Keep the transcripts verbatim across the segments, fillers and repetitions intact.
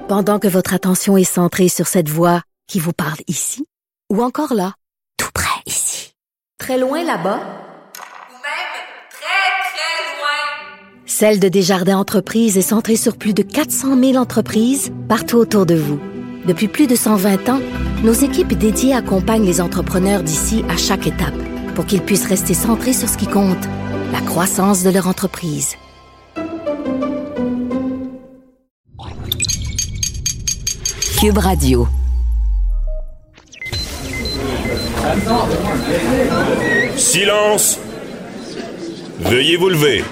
Pendant que votre attention est centrée sur cette voix qui vous parle ici, ou encore là, tout près ici, très loin là-bas, ou même très, très loin. Celle de Desjardins Entreprises est centrée sur plus de quatre cent mille entreprises partout autour de vous. Depuis plus de cent vingt ans, nos équipes dédiées accompagnent les entrepreneurs d'ici à chaque étape pour qu'ils puissent rester centrés sur ce qui compte, la croissance de leur entreprise. Cube Radio. Silence! Veuillez vous lever.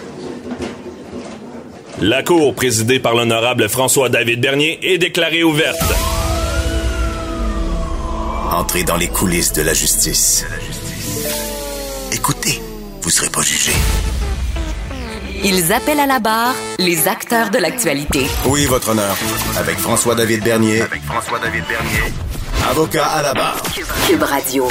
La cour, présidée par l'honorable François-David Bernier, est déclarée ouverte. Entrez dans les coulisses de la justice. Écoutez, vous serez pas jugé. Ils appellent à la barre les acteurs de l'actualité. Oui, votre honneur. Avec François-David Bernier. Avec François-David Bernier. Avocat à la barre. Cube Radio.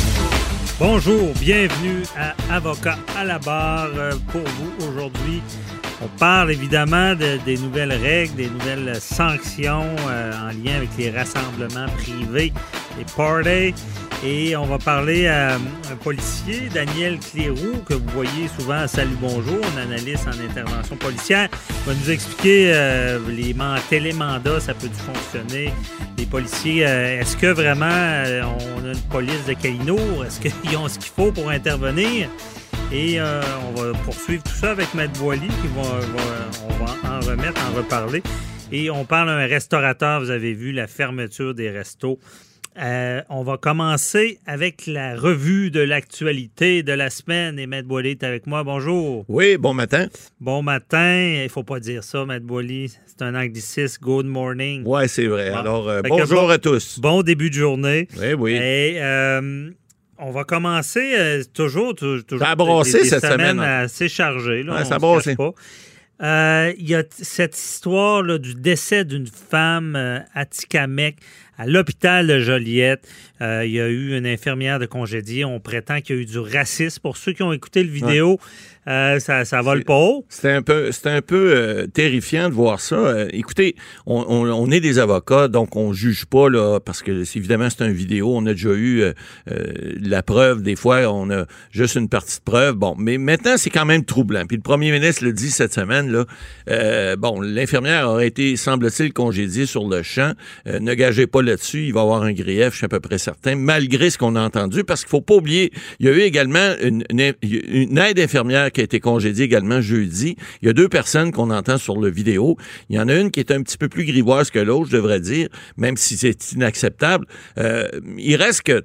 Bonjour, bienvenue à Avocat à la barre. Pour vous, aujourd'hui, on parle évidemment de, des nouvelles règles, des nouvelles sanctions euh, en lien avec les rassemblements privés, les parties. Et on va parler à un policier, Daniel Cléroux, que vous voyez souvent à Salut Bonjour, un analyste en intervention policière. Il va nous expliquer euh, les man- télémandats, ça peut fonctionner. Les policiers, euh, est-ce que vraiment euh, on a une police de calibre? Est-ce qu'ils ont ce qu'il faut pour intervenir? Et euh, on va poursuivre tout ça avec Maître Boily, qui va, va, on va en remettre, en reparler. Et on parle d'un restaurateur, vous avez vu la fermeture des restos. Euh, on va commencer avec la revue de l'actualité de la semaine. Et Maître Boily est avec moi. Bonjour. Oui, bon matin. Bon matin. Il ne faut pas dire ça, Maître Boily. C'est un anglicisme. Good morning. Oui, c'est vrai. Bon. Alors, euh, Fait bonjour bon, à tous. Bon début de journée. Oui, oui. Et euh, on va commencer euh, toujours, toujours. Ça a brassé des, des cette semaines semaine. assez chargées. Là, ouais, on ça a brassé. pas. Euh, il y a t- cette histoire là, du décès d'une femme euh, à Tikamek, à l'hôpital de Joliette. Euh, il y a eu une infirmière de congédiée. On prétend qu'il y a eu du racisme. Pour ceux qui ont écouté le vidéo, ouais. euh, ça, ça vole pas haut. C'était un peu, c'était un peu euh, terrifiant de voir ça. Euh, écoutez, on, on, on est des avocats, donc on juge pas là, parce que c'est, évidemment c'est une vidéo. On a déjà eu euh, euh, la preuve. Des fois, on a juste une partie de preuve. Bon, mais maintenant c'est quand même troublant. Puis le premier ministre le dit cette semaine là. Euh, bon, l'infirmière aurait été, semble-t-il, congédiée sur le champ. Euh, ne gagez pas là-dessus. Il va y avoir un grief, je suis à peu près certain, malgré ce qu'on a entendu, parce qu'il faut pas oublier, il y a eu également une, une, une aide infirmière qui a été congédiée également jeudi. Il y a deux personnes qu'on entend sur le vidéo. Il y en a une qui est un petit peu plus grivoise que l'autre, je devrais dire, même si c'est inacceptable. Euh, il reste que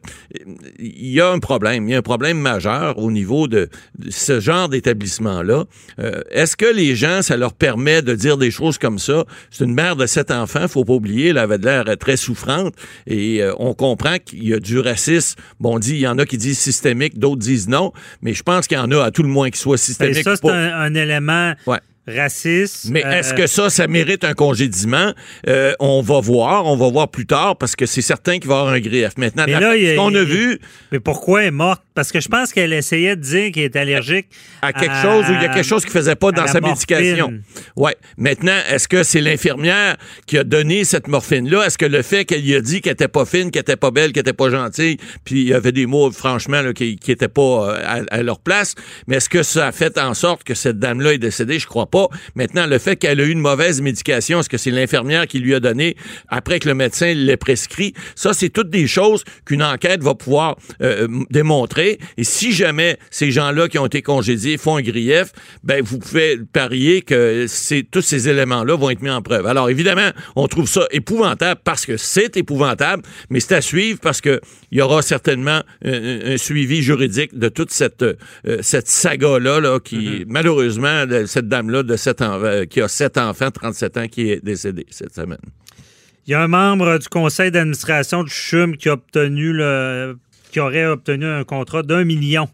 il y a un problème. Il y a un problème majeur au niveau de, de ce genre d'établissement-là. Euh, est-ce que les gens, ça leur permet de dire des choses comme ça? C'est une mère de sept enfants, faut pas oublier, elle avait de l'air très souffrante et euh, on comprend qu'il y a du racisme. Bon, on dit, il y en a qui disent systémique, d'autres disent non, mais je pense qu'il y en a à tout le moins qui soit systémique. Et ça, c'est pour... un, un élément... Ouais. Raciste. Mais euh, est-ce que ça, ça mérite un congédiement? Euh, on va voir, on va voir plus tard, parce que c'est certain qu'il va y avoir un grief. Maintenant, mais la, là, ce qu'on il, a il, vu... Mais pourquoi elle est morte? Parce que je pense qu'elle essayait de dire qu'elle est allergique à, à quelque à, chose, ou il y a quelque chose qui ne faisait pas dans sa morphine. médication. Oui. Maintenant, est-ce que c'est l'infirmière qui a donné cette morphine-là? Est-ce que le fait qu'elle lui a dit qu'elle n'était pas fine, qu'elle n'était pas belle, qu'elle n'était pas gentille, puis il y avait des mots, franchement, là, qui n'étaient pas à, à leur place, mais est-ce que ça a fait en sorte que cette dame-là est décédée? Je crois pas. Maintenant, le fait qu'elle a eu une mauvaise médication, est-ce que c'est l'infirmière qui lui a donné après que le médecin l'ait prescrit? Ça, c'est toutes des choses qu'une enquête va pouvoir euh, démontrer. Et si jamais ces gens-là qui ont été congédiés font un grief, ben vous pouvez parier que c'est, tous ces éléments-là vont être mis en preuve. Alors, évidemment, on trouve ça épouvantable parce que c'est épouvantable, mais c'est à suivre parce que il y aura certainement un, un suivi juridique de toute cette, euh, cette saga-là là, qui, mm-hmm. malheureusement, de, cette dame-là de sept ans, euh, qui a sept enfants, trente-sept ans, qui est décédé cette semaine. Il y a un membre du conseil d'administration du C H U M qui a obtenu le, qui aurait obtenu un contrat d'un million.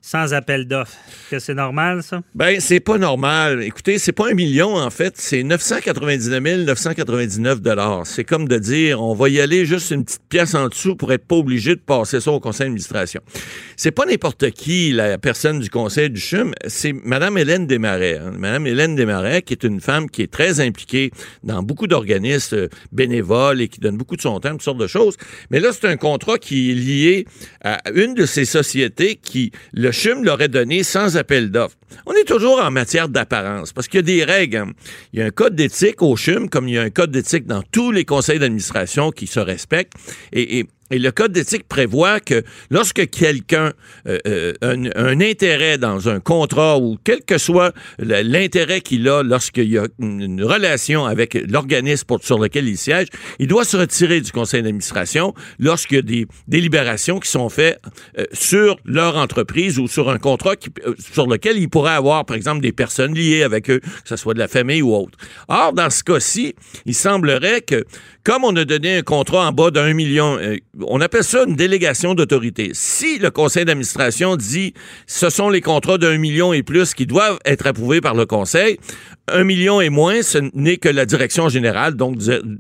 sans appel d'offres. Est-ce que c'est normal, ça? Ben, c'est pas normal. Écoutez, c'est pas un million, en fait. C'est neuf cent quatre-vingt-dix-neuf mille neuf cent quatre-vingt-dix-neuf dollars. C'est comme de dire, on va y aller juste une petite pièce en dessous pour être pas obligé de passer ça au conseil d'administration. C'est pas n'importe qui, la personne du conseil du C H U M. C'est Mme Hélène Desmarais. Hein. Mme Hélène Desmarais, qui est une femme qui est très impliquée dans beaucoup d'organismes bénévoles et qui donne beaucoup de son temps, toutes sortes de choses. Mais là, c'est un contrat qui est lié à une de ces sociétés qui, le C H U M l'aurait donné sans appel d'offres. On est toujours en matière d'apparence, parce qu'il y a des règles. Hein. Il y a un code d'éthique au C H U M, comme il y a un code d'éthique dans tous les conseils d'administration qui se respectent. Et, et Et le code d'éthique prévoit que lorsque quelqu'un euh, euh, un, un intérêt dans un contrat ou quel que soit l'intérêt qu'il a lorsqu'il y a une relation avec l'organisme pour, sur lequel il siège, il doit se retirer du conseil d'administration lorsqu'il y a des délibérations qui sont faites euh, sur leur entreprise ou sur un contrat qui, euh, sur lequel il pourrait avoir, par exemple, des personnes liées avec eux, que ce soit de la famille ou autre. Or, dans ce cas-ci, il semblerait que, comme on a donné un contrat en bas d'un million, euh, on appelle ça une délégation d'autorité. Si le conseil d'administration dit ce sont les contrats d'un million et plus qui doivent être approuvés par le conseil, un million et moins, ce n'est que la direction générale, donc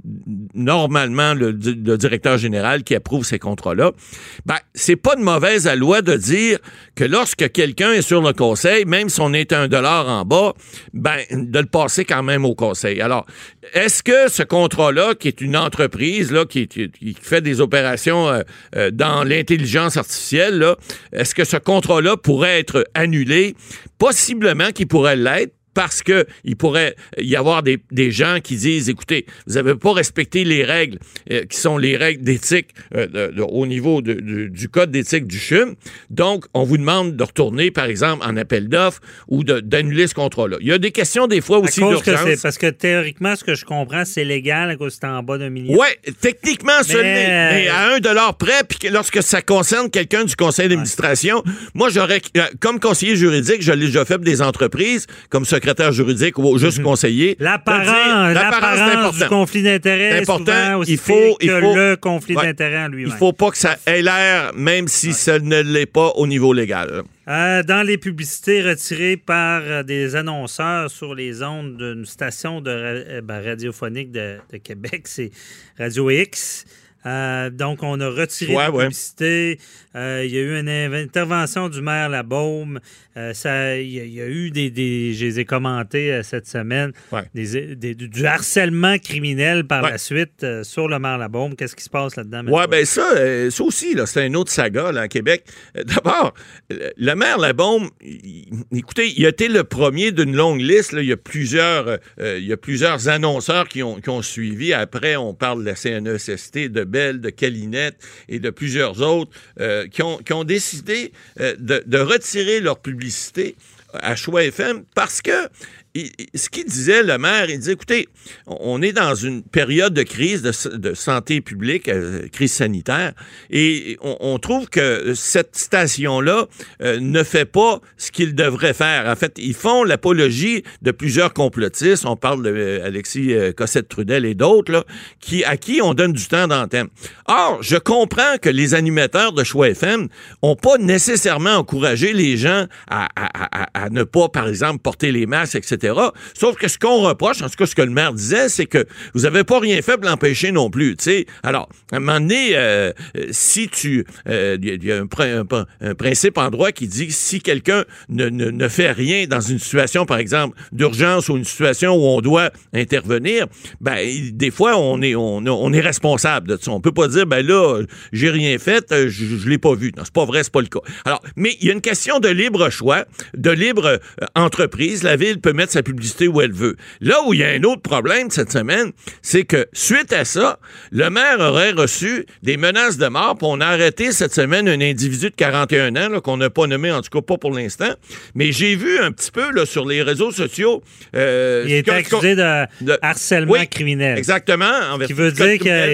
normalement le, le directeur général qui approuve ces contrats-là. Ben, c'est pas de mauvaise loi de dire que lorsque quelqu'un est sur le conseil, même si on est un dollar en bas, ben, de le passer quand même au conseil. Alors, est-ce que ce contrat-là, qui est une entreprise là, qui, qui, qui fait des opérations euh, euh, dans l'intelligence artificielle, là, est-ce que ce contrat-là pourrait être annulé? Possiblement qu'il pourrait l'être, parce que il pourrait y avoir des, des gens qui disent, écoutez, vous n'avez pas respecté les règles euh, qui sont les règles d'éthique euh, de, de, au niveau de, de, du code d'éthique du C H U M. Donc, on vous demande de retourner, par exemple, en appel d'offres ou de, d'annuler ce contrat-là. Il y a des questions, des fois, aussi d'urgence. Que c'est, parce que théoriquement, ce que je comprends, c'est légal à cause que c'est en bas d'un million. Oui, techniquement, ce n'est, euh... mais à un dollar près, puis lorsque ça concerne quelqu'un du conseil d'administration, ouais. Moi, j'aurais, comme conseiller juridique, je l'ai déjà fait pour des entreprises, comme secrétaire juridique ou juste mm-hmm. conseiller. L'apparence, dire, l'apparence, l'apparence du conflit d'intérêt c'est important. Aussi il faut, il faut le conflit ouais, d'intérêt en lui-même. Il ne faut pas que ça ait l'air, même si ouais. ça ne l'est pas au niveau légal. Euh, dans les publicités retirées par des annonceurs sur les ondes d'une station de ra- ben, radiophonique de, de Québec, c'est Radio X. Euh, donc, on a retiré ouais, la publicité. Il ouais. euh, y a eu une intervention du maire Labaume. Euh, ça, il y, y a eu des, des... Je les ai commentés euh, cette semaine. Ouais. Des, des, du harcèlement criminel par ouais. la suite euh, sur le maire Labaume. Qu'est-ce qui se passe là-dedans? Oui, bien ça, euh, ça aussi, là, c'est une autre saga là, à Québec. Euh, d'abord, le maire Labaume, il, écoutez, il a été le premier d'une longue liste. Là. Il y a plusieurs, euh, il y a plusieurs annonceurs qui ont, qui ont suivi. Après, on parle de la C N E S S T, de Bell, de Calinette et de plusieurs autres euh, qui, ont, qui ont décidé euh, de, de retirer leur publicité à Choix F M parce que il, ce qu'il disait, le maire, il disait, écoutez, on est dans une période de crise de, de santé publique, euh, crise sanitaire, et on, on trouve que cette station-là euh, ne fait pas ce qu'il devrait faire. En fait, ils font l'apologie de plusieurs complotistes. On parle d'Alexis euh, Cossette-Trudel et d'autres, là, qui, à qui on donne du temps d'antenne. Or, je comprends que les animateurs de Choix F M n'ont pas nécessairement encouragé les gens à, à, à, à ne pas, par exemple, porter les masques, et cetera. Sauf que ce qu'on reproche, en tout cas ce que le maire disait, c'est que vous n'avez pas rien fait pour l'empêcher non plus. T'sais. Alors, à un moment donné, euh, si tu... Il euh, y, y a un, un, un principe en droit qui dit que si quelqu'un ne, ne, ne fait rien dans une situation, par exemple, d'urgence ou une situation où on doit intervenir, ben des fois, on est, on, on est responsable de ça. On peut pas dire, ben là, j'ai rien fait, je, je l'ai pas vu. Non, c'est pas vrai, c'est pas le cas. Alors, mais il y a une question de libre choix, de libre euh, entreprise. La ville peut mettre sa publicité où elle veut. Là où il y a un autre problème cette semaine, c'est que suite à ça, le maire aurait reçu des menaces de mort, puis on a arrêté cette semaine un individu de quarante et un ans, là, qu'on n'a pas nommé, en tout cas pas pour l'instant, mais j'ai vu un petit peu là, sur les réseaux sociaux... Euh, il est accusé de, de harcèlement oui, criminel. Exactement. Ce qui veut dire qu'il y a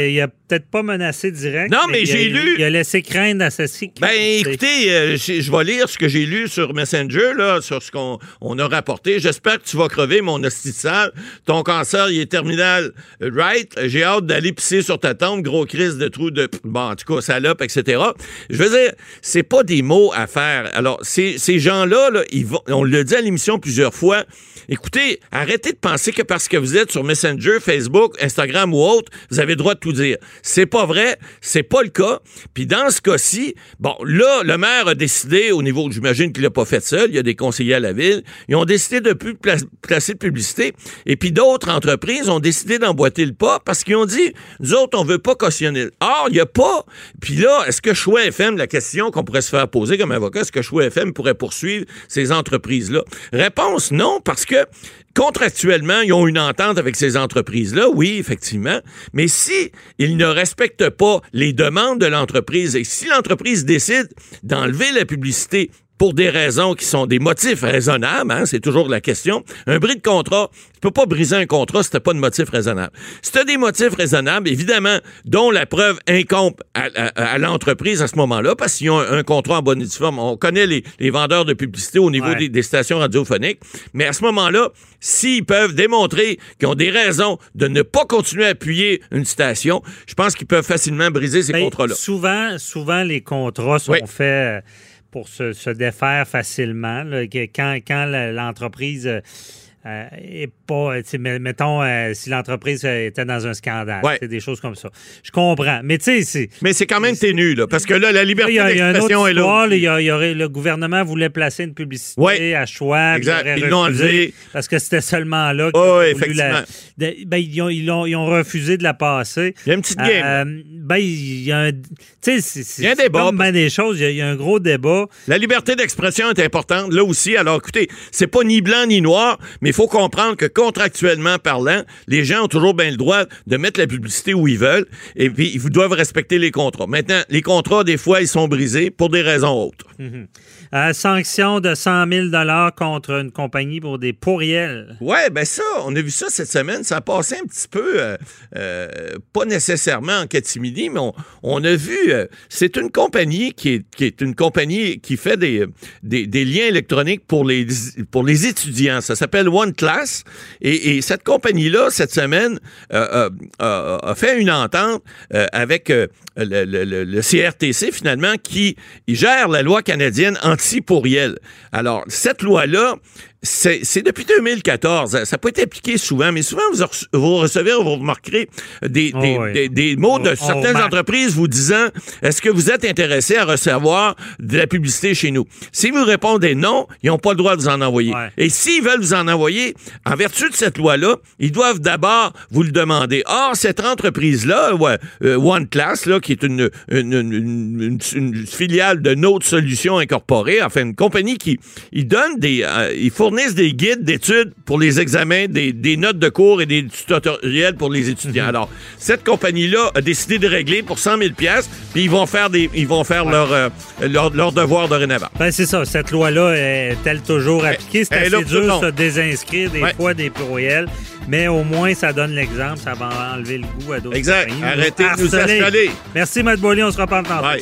peut-être pas menacé direct. Non, mais, mais j'ai a, lu... Il a laissé craindre à sa sécurité. Ben, écoutez, euh, je, je vais lire ce que j'ai lu sur Messenger, là, sur ce qu'on on a rapporté. J'espère que tu vas crever, mon hostie de sale. Ton cancer, il est terminal, right? J'ai hâte d'aller pisser sur ta tombe, gros crise de trou de... Bon, en tout cas, salope, et cetera. Je veux dire, c'est pas des mots à faire. Alors, ces, ces gens-là, là, ils vont, on l'a dit à l'émission plusieurs fois, écoutez, arrêtez de penser que parce que vous êtes sur Messenger, Facebook, Instagram ou autre, vous avez le droit de tout dire. C'est pas vrai, c'est pas le cas. Puis dans ce cas-ci, bon, là, le maire a décidé, au niveau, j'imagine qu'il l'a pas fait seul, il y a des conseillers à la ville, ils ont décidé de plus pla- placer de publicité. Et puis d'autres entreprises ont décidé d'emboîter le pas parce qu'ils ont dit, nous autres, on veut pas cautionner. Or, il y a pas. Puis là, est-ce que Choix F M, la question qu'on pourrait se faire poser comme avocat, est-ce que Choix F M pourrait poursuivre ces entreprises-là? Réponse, non, parce que contractuellement, ils ont une entente avec ces entreprises-là, oui, effectivement, mais si ils ne respectent pas les demandes de l'entreprise et si l'entreprise décide d'enlever la publicité pour des raisons qui sont des motifs raisonnables, hein, c'est toujours la question. Un bris de contrat, tu peux pas briser un contrat si t'as pas de motif raisonnable. Si t'as des motifs raisonnables, évidemment, dont la preuve incombe à, à, à l'entreprise à ce moment-là, parce qu'ils ont un, un contrat en bonne et due forme. On connaît les, les vendeurs de publicité au niveau ouais. des, des stations radiophoniques, mais à ce moment-là, s'ils peuvent démontrer qu'ils ont des raisons de ne pas continuer à appuyer une station, je pense qu'ils peuvent facilement briser ces ben, contrats-là. Souvent, souvent, les contrats sont oui. faits pour se, se défaire facilement. Là, quand, quand l'entreprise euh, est pas... Mettons, euh, si l'entreprise était dans un scandale. Ouais. C'est des choses comme ça. Je comprends. Mais tu sais, c'est... Mais c'est quand même ténu, là, parce que là, la liberté là, y a, d'expression y a est là. Il y a, y aurait, le gouvernement voulait placer une publicité ouais. à choix. Exact. Ils l'ont enlevé. Parce que c'était seulement là qu'ils oh, ont effectivement. La... De, ben, ils, ont, ils, ont, ils ont refusé de la passer. Il y a une petite game. Euh, ben, il y a un... Tu sais, c'est, c'est, il y a un débat. Comme ben des choses, il y, a, il y a un gros débat. La liberté d'expression est importante, là aussi. Alors, écoutez, c'est pas ni blanc ni noir, mais il faut comprendre que contractuellement parlant, les gens ont toujours bien le droit de mettre la publicité où ils veulent, et puis ils doivent respecter les contrats. Maintenant, les contrats, des fois, ils sont brisés pour des raisons autres. Mm-hmm. Euh, sanction de cent mille dollars contre une compagnie pour des pourriels. Ouais, ben ça, on a vu ça cette semaine. Ça a passé un petit peu, euh, euh, pas nécessairement en catimini, mais on, on a vu, euh, c'est une compagnie qui est, qui est une compagnie qui fait des, des, des liens électroniques pour les, pour les étudiants. Ça s'appelle OneClass. Et, et cette compagnie-là, cette semaine, euh, euh, a fait une entente euh, avec euh, le, le, le C R T C, finalement, qui gère la loi canadienne anti-pourriel. Alors, cette loi-là, C'est, c'est depuis deux mille quatorze. Ça n'a pas été appliqué souvent, mais souvent, vous, vous recevez, vous remarquerez des, des, oh oui. des, des mots de oh, certaines oh, entreprises vous disant « Est-ce que vous êtes intéressé à recevoir de la publicité chez nous? » Si vous répondez non, ils n'ont pas le droit de vous en envoyer. Ouais. Et s'ils veulent vous en envoyer, en vertu de cette loi-là, ils doivent d'abord vous le demander. Or, cette entreprise-là, ouais, euh, OneClass, là, qui est une, une, une, une, une filiale de Notre Solutions Incorporée, enfin, une compagnie qui ils donne des... Euh, il faut fournissent des guides d'études pour les examens, des, des notes de cours et des tutoriels pour les étudiants. Mm-hmm. Alors, cette compagnie-là a décidé de régler pour cent mille dollars, puis ils vont faire, des, ils vont faire ouais. leur, euh, leur, leur devoir dorénavant. Ben, c'est ça. Cette loi-là est-elle toujours appliquée? C'est assez dur de se désinscrire des ouais. fois des pourriels, mais au moins, ça donne l'exemple. Ça va enlever le goût à d'autres exact. compagnies. Arrêtez de nous installer. Merci, Matt Boily. On se reparle tantôt. Ouais.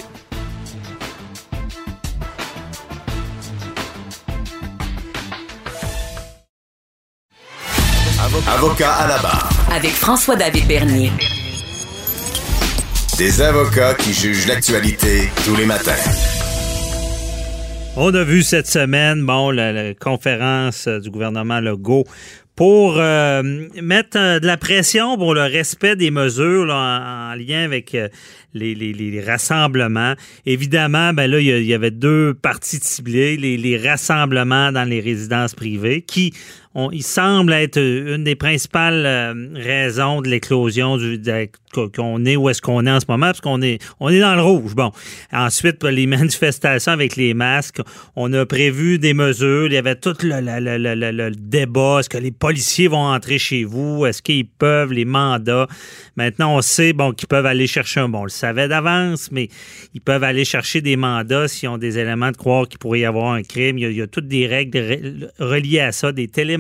Avocat à la barre. Avec François-David Bernier. Des avocats qui jugent l'actualité tous les matins. On a vu cette semaine, bon, la, la conférence du gouvernement Legault pour euh, mettre euh, de la pression pour le respect des mesures là, en, en lien avec euh, les, les, les rassemblements. Évidemment, ben là, il y, y avait deux parties ciblées, les, les rassemblements dans les résidences privées, qui on, il semble être une des principales euh, raisons de l'éclosion du, de, qu'on est où est-ce qu'on est en ce moment, parce qu'on est, on est dans le rouge. Bon. Ensuite, les manifestations avec les masques, on a prévu des mesures. Il y avait tout le, le, le, le, le débat. Est-ce que les policiers vont entrer chez vous? Est-ce qu'ils peuvent? Les mandats. Maintenant, on sait bon, qu'ils peuvent aller chercher un... Bon, on le savait d'avance, mais ils peuvent aller chercher des mandats s'ils ont des éléments de croire qu'il pourrait y avoir un crime. Il y a, il y a toutes des règles reliées à ça, des télémandats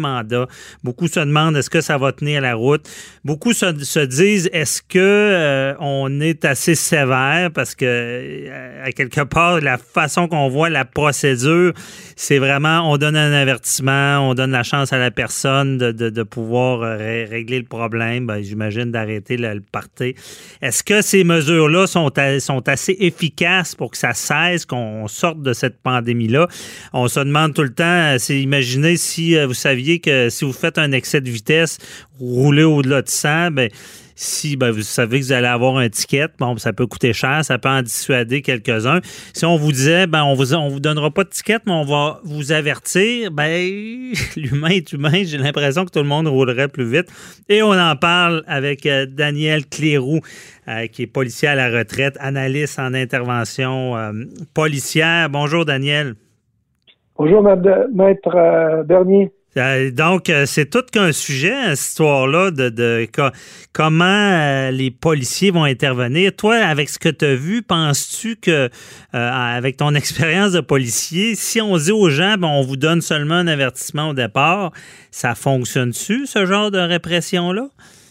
mandat. Beaucoup se demandent est-ce que ça va tenir la route. Beaucoup se, se disent est-ce que euh, on est assez sévère parce que euh, à quelque part la façon qu'on voit la procédure, c'est vraiment on donne un avertissement, on donne la chance à la personne de, de, de pouvoir euh, ré- régler le problème. Ben, j'imagine d'arrêter le, le party. Est-ce que ces mesures-là sont, à, sont assez efficaces pour que ça cesse, qu'on sorte de cette pandémie-là? On se demande tout le temps, c'est imaginez si euh, vous saviez que si vous faites un excès de vitesse, rouler au-delà de cent, ben si ben, vous savez que vous allez avoir un ticket, bon, ça peut coûter cher, ça peut en dissuader quelques-uns. Si on vous disait, ben, on vous, on vous donnera pas de ticket, mais on va vous avertir, ben, l'humain est humain, j'ai l'impression que tout le monde roulerait plus vite. Et on en parle avec euh, Daniel Cléroux, euh, qui est policier à la retraite, analyste en intervention euh, policière. Bonjour, Daniel. Bonjour, Maître euh, Bernier. Euh, donc, euh, c'est tout qu'un sujet, cette histoire-là, de, de co- comment euh, les policiers vont intervenir. Toi, avec ce que tu as vu, penses-tu que, euh, avec ton expérience de policier, si on dit aux gens, ben, on vous donne seulement un avertissement au départ, ça fonctionne-tu, ce genre de répression-là?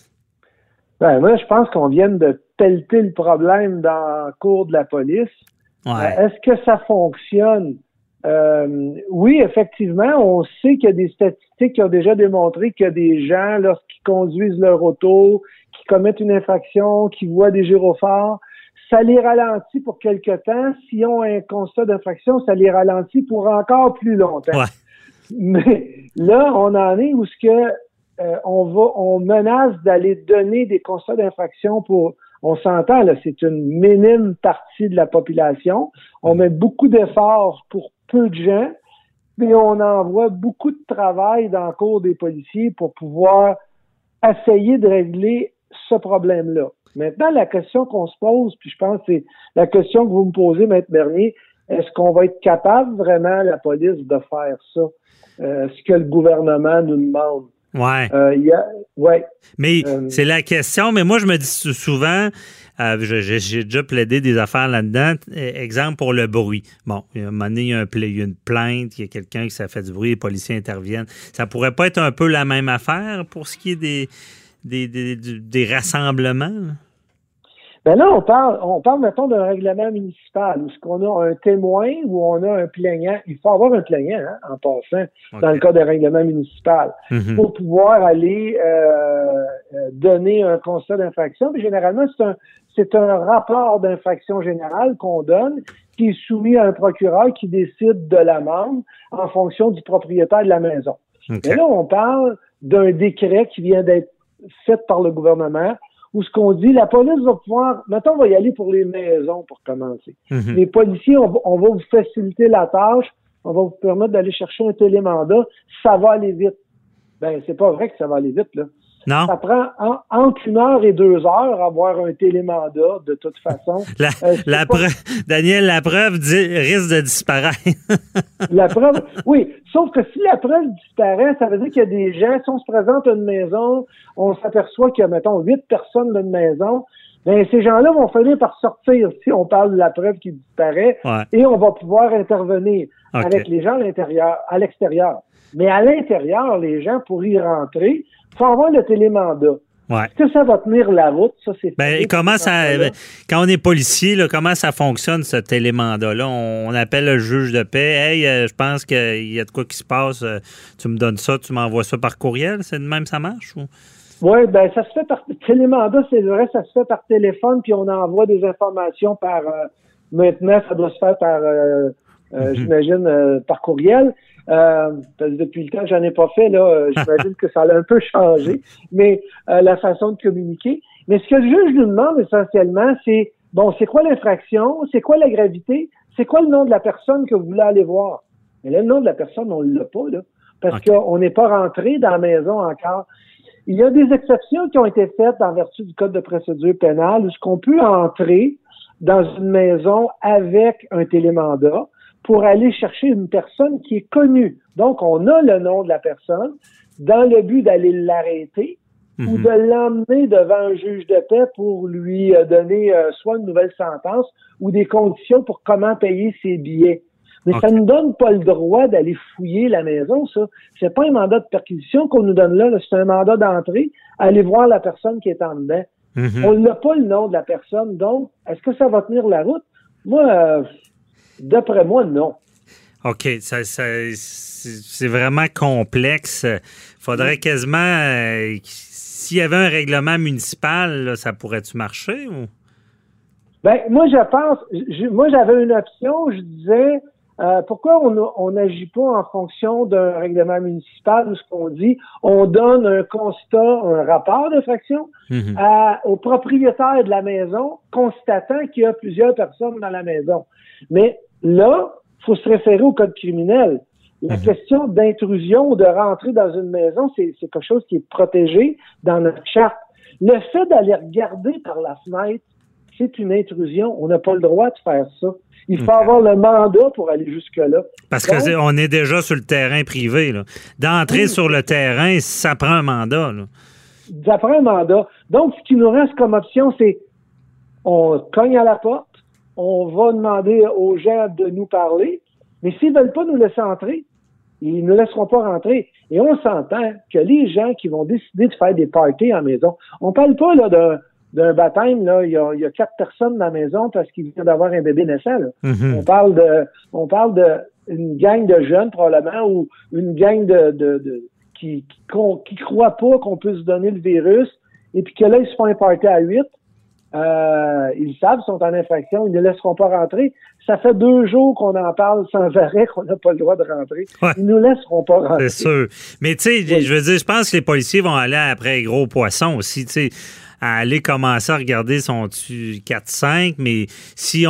Ben, moi, je pense qu'on vient de pelleter le problème dans le cours de la police. Ouais. Euh, est-ce que ça fonctionne? Euh, oui, effectivement, on sait qu'il y a des statistiques qui ont déjà démontré qu'il y a des gens, lorsqu'ils conduisent leur auto, qui commettent une infraction, qui voient des gyrophares, ça les ralentit pour quelque temps. S'ils ont un constat d'infraction, ça les ralentit pour encore plus longtemps. Ouais. Mais là, on en est où ce que euh, on va, on menace d'aller donner des constats d'infraction pour. On s'entend, là, c'est une minime partie de la population. On met beaucoup d'efforts pour peu de gens, mais on envoie beaucoup de travail dans le cours des policiers pour pouvoir essayer de régler ce problème-là. Maintenant, la question qu'on se pose, puis je pense que c'est la question que vous me posez, Maître Bernier, est-ce qu'on va être capable vraiment, la police, de faire ça? Euh, ce que le gouvernement nous demande? Ouais. Euh, y a, ouais. Mais euh, c'est la question. Mais moi, je me dis souvent, euh, j'ai, j'ai déjà plaidé des affaires là-dedans. Exemple pour le bruit. Bon, il y a un moment donné, il y a, un, il y a une plainte, il y a quelqu'un qui ça fait du bruit, les policiers interviennent. Ça pourrait pas être un peu la même affaire pour ce qui est des, des, des, des, des rassemblements, là? Ben là, on parle, on parle, mettons, d'un règlement municipal, où ce qu'on a un témoin, où on a un plaignant. Il faut avoir un plaignant, hein, en passant, okay, dans le cas d'un règlement municipal, mm-hmm, pour pouvoir aller euh, donner un constat d'infraction. Mais généralement, c'est un, c'est un rapport d'infraction générale qu'on donne, qui est soumis à un procureur qui décide de l'amende en fonction du propriétaire de la maison. Okay. Et là, on parle d'un décret qui vient d'être fait par le gouvernement, où ce qu'on dit, la police va pouvoir, mettons, on va y aller pour les maisons pour commencer. Mm-hmm. Les policiers, on va, on va vous faciliter la tâche, on va vous permettre d'aller chercher un télémandat, ça va aller vite. Ben, c'est pas vrai que ça va aller vite, là. Non. Ça prend en, entre une heure et deux heures avoir un télémandat, de toute façon. La, euh, la pas... preuve, Daniel, la preuve dit, risque de disparaître. La preuve, oui. Sauf que si la preuve disparaît, ça veut dire qu'il y a des gens, si on se présente à une maison, on s'aperçoit qu'il y a, mettons, huit personnes dans une maison, bien, ces gens-là vont finir par sortir si on parle de la preuve qui disparaît, ouais, et on va pouvoir intervenir, okay, avec les gens à l'intérieur, à l'extérieur. Mais à l'intérieur, les gens, pour y rentrer, il faut avoir le télémandat. Ouais. Est-ce que ça va tenir la route? Ça, c'est ben, et comment ça, quand on est policier, là, comment ça fonctionne, ce télémandat-là? On, on appelle le juge de paix. Hey, euh, je pense qu'il y a de quoi qui se passe. Euh, tu me donnes ça, tu m'envoies ça par courriel. C'est de même, ça marche? Ou? Oui, ben ça se fait par télémandat, c'est vrai, ça se fait par téléphone, puis on envoie des informations par euh, maintenant, ça doit se faire par euh, euh, mm-hmm. j'imagine, euh, par courriel. Euh, depuis le temps que j'en ai pas fait, là, j'imagine que ça a un peu changé, mais euh, la façon de communiquer. Mais ce que le juge nous demande essentiellement, c'est bon, c'est quoi l'infraction, c'est quoi la gravité, c'est quoi le nom de la personne que vous voulez aller voir. Mais là, le nom de la personne, on l'a pas, là, parce okay, qu'on n'est pas rentré dans la maison encore. Il y a des exceptions qui ont été faites en vertu du Code de procédure pénale, où ce qu'on peut entrer dans une maison avec un télémandat pour aller chercher une personne qui est connue. Donc, on a le nom de la personne dans le but d'aller l'arrêter mm-hmm. ou de l'emmener devant un juge de paix pour lui donner euh, soit une nouvelle sentence ou des conditions pour comment payer ses billets. Mais okay. ça ne nous donne pas le droit d'aller fouiller la maison, ça. C'est pas un mandat de perquisition qu'on nous donne là, là. C'est un mandat d'entrée, aller voir la personne qui est en dedans. Mm-hmm. On n'a pas le nom de la personne, donc est-ce que ça va tenir la route? Moi, euh, d'après moi, non. OK, ça, ça, c'est vraiment complexe. Faudrait quasiment... Euh, s'il y avait un règlement municipal, là, ça pourrait-tu marcher? Ou? Ben, moi, je pense... Je, moi, j'avais une option. Je disais, euh, pourquoi on n'agit pas en fonction d'un règlement municipal où ce qu'on dit, on donne un constat, un rapport d'infraction mm-hmm. à, au propriétaire de la maison, constatant qu'il y a plusieurs personnes dans la maison. Mais là... il faut se référer au code criminel. La mmh. question d'intrusion ou de rentrer dans une maison, c'est, c'est quelque chose qui est protégé dans notre charte. Le fait d'aller regarder par la fenêtre, c'est une intrusion. On n'a pas le droit de faire ça. Il faut okay. avoir le mandat pour aller jusque-là. Parce Donc, qu'on est déjà sur le terrain privé. Là. D'entrer oui. sur le terrain, ça prend un mandat. Là. Ça prend un mandat. Donc, ce qui nous reste comme option, c'est on cogne à la porte, on va demander aux gens de nous parler, mais s'ils ne veulent pas nous laisser entrer, ils ne nous laisseront pas rentrer. Et on s'entend que les gens qui vont décider de faire des parties en maison, on parle pas là d'un, d'un baptême, là, il y a, il y a quatre personnes dans la maison parce qu'il vient d'avoir un bébé naissant. Là. Mm-hmm. On parle de on parle de une gang de jeunes probablement ou une gang de, de, de qui, qui, qui croient pas qu'on peut se donner le virus et puis que là, ils se font un party à huit. Euh, ils savent, ils sont en infraction, ils ne laisseront pas rentrer. Ça fait deux jours qu'on en parle sans arrêt qu'on n'a pas le droit de rentrer. Ouais. Ils ne nous laisseront pas rentrer. C'est sûr. Mais tu sais, oui. je veux dire, je pense que les policiers vont aller après les gros poissons aussi, tu sais. À aller commencer à regarder sont-tu quatre cinq, mais si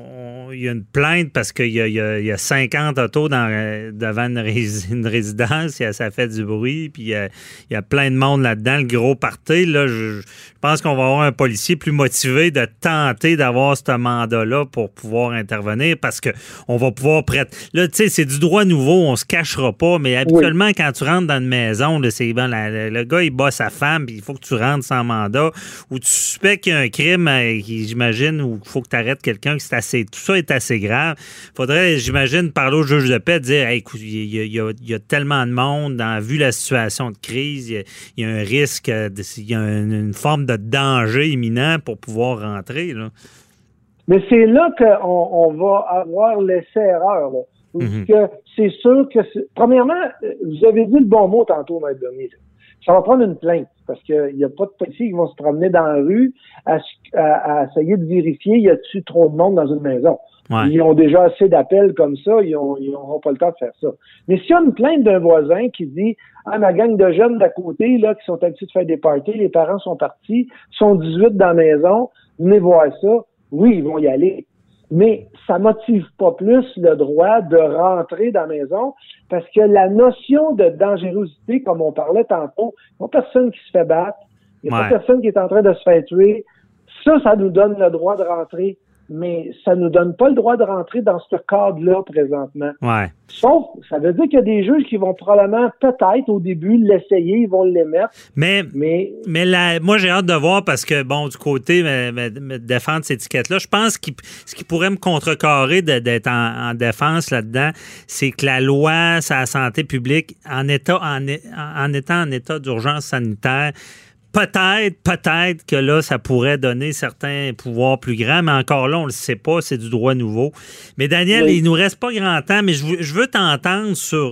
on il y a une plainte parce qu'il y a, y a, y a cinquante autos dans, devant une, rés, une résidence, ça fait du bruit, puis il y a, y a plein de monde là-dedans, le gros party, là, je, je pense qu'on va avoir un policier plus motivé de tenter d'avoir ce mandat-là pour pouvoir intervenir parce que on va pouvoir prêter. Là, tu sais, c'est du droit nouveau, on se cachera pas, mais habituellement, oui. quand tu rentres dans une maison, là, c'est bon, la, la, le gars, il bat sa femme, puis il faut que tu rentres sans mandat. Ou tu suspectes qu'il y a un crime, euh, qui, j'imagine, où il faut que tu arrêtes quelqu'un, que c'est assez, tout ça est assez grave. Il faudrait, j'imagine, parler au juge de paix, dire hey, écoute, il y, y, y a tellement de monde, dans, vu la situation de crise, il y, y a un risque, il y a une, une forme de danger imminent pour pouvoir rentrer. Là. Mais c'est là qu'on on va avoir l'essai-erreur. Là. Mm-hmm. Que c'est sûr que... C'est... Premièrement, vous avez dit le bon mot tantôt, Maître Bernier. Ça va prendre une plainte parce qu'il n'y a pas de policiers qui vont se promener dans la rue à, à, à essayer de vérifier y a-t-il trop de monde dans une maison. Ouais. Ils ont déjà assez d'appels comme ça, ils n'auront pas le temps de faire ça. Mais s'il y a une plainte d'un voisin qui dit « Ah, ma gang de jeunes d'à côté là qui sont habitués de faire des parties, les parents sont partis, sont dix-huit dans la maison, venez voir ça. » Oui, ils vont y aller. Mais ça motive pas plus le droit de rentrer dans la maison parce que la notion de dangerosité, comme on parlait tantôt, il n'y a personne qui se fait battre, il n'y a ouais. pas personne qui est en train de se faire tuer. Ça, ça nous donne le droit de rentrer, mais ça nous donne pas le droit de rentrer dans ce cadre-là présentement. Ouais. Sauf, ça veut dire qu'il y a des juges qui vont probablement, peut-être, au début, l'essayer, ils vont l'émettre. Mais, mais, mais la, moi, j'ai hâte de voir parce que, bon, du côté de défendre cette étiquette-là, je pense que ce qui pourrait me contrecarrer de, d'être en, en défense là-dedans, c'est que la loi sur la santé publique, en, état, en, en étant en état d'urgence sanitaire, Peut-être, peut-être que là, ça pourrait donner certains pouvoirs plus grands, mais encore là, on ne le sait pas, c'est du droit nouveau. Mais Daniel, oui. il nous reste pas grand temps, mais je veux, je veux t'entendre sur...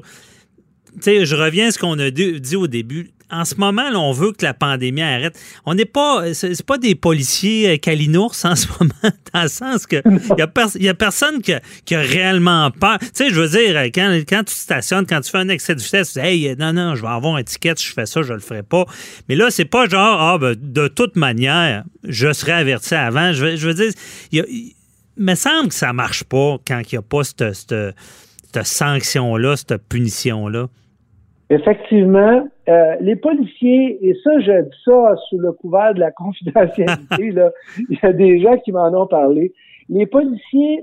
Tu sais, je reviens à ce qu'on a dit, dit au début. En ce moment, là, on veut que la pandémie arrête. On n'est pas... C'est, c'est pas des policiers calinours en ce moment, dans le sens que il y a, pers- y a personne qui a, qui a réellement peur. Tu sais, je veux dire, quand, quand tu stationnes, quand tu fais un excès de vitesse, tu dis « Hey, non, non, je vais avoir un ticket, si je fais ça, je le ferai pas. » Mais là, c'est pas genre « Ah, ben, de toute manière, je serai averti avant. » Je veux, je veux dire, il me semble que ça marche pas quand il n'y a pas cette, cette, cette sanction-là, cette punition-là. Effectivement, euh, les policiers, et ça, je dis ça sous le couvert de la confidentialité, là, il y a des gens qui m'en ont parlé. Les policiers,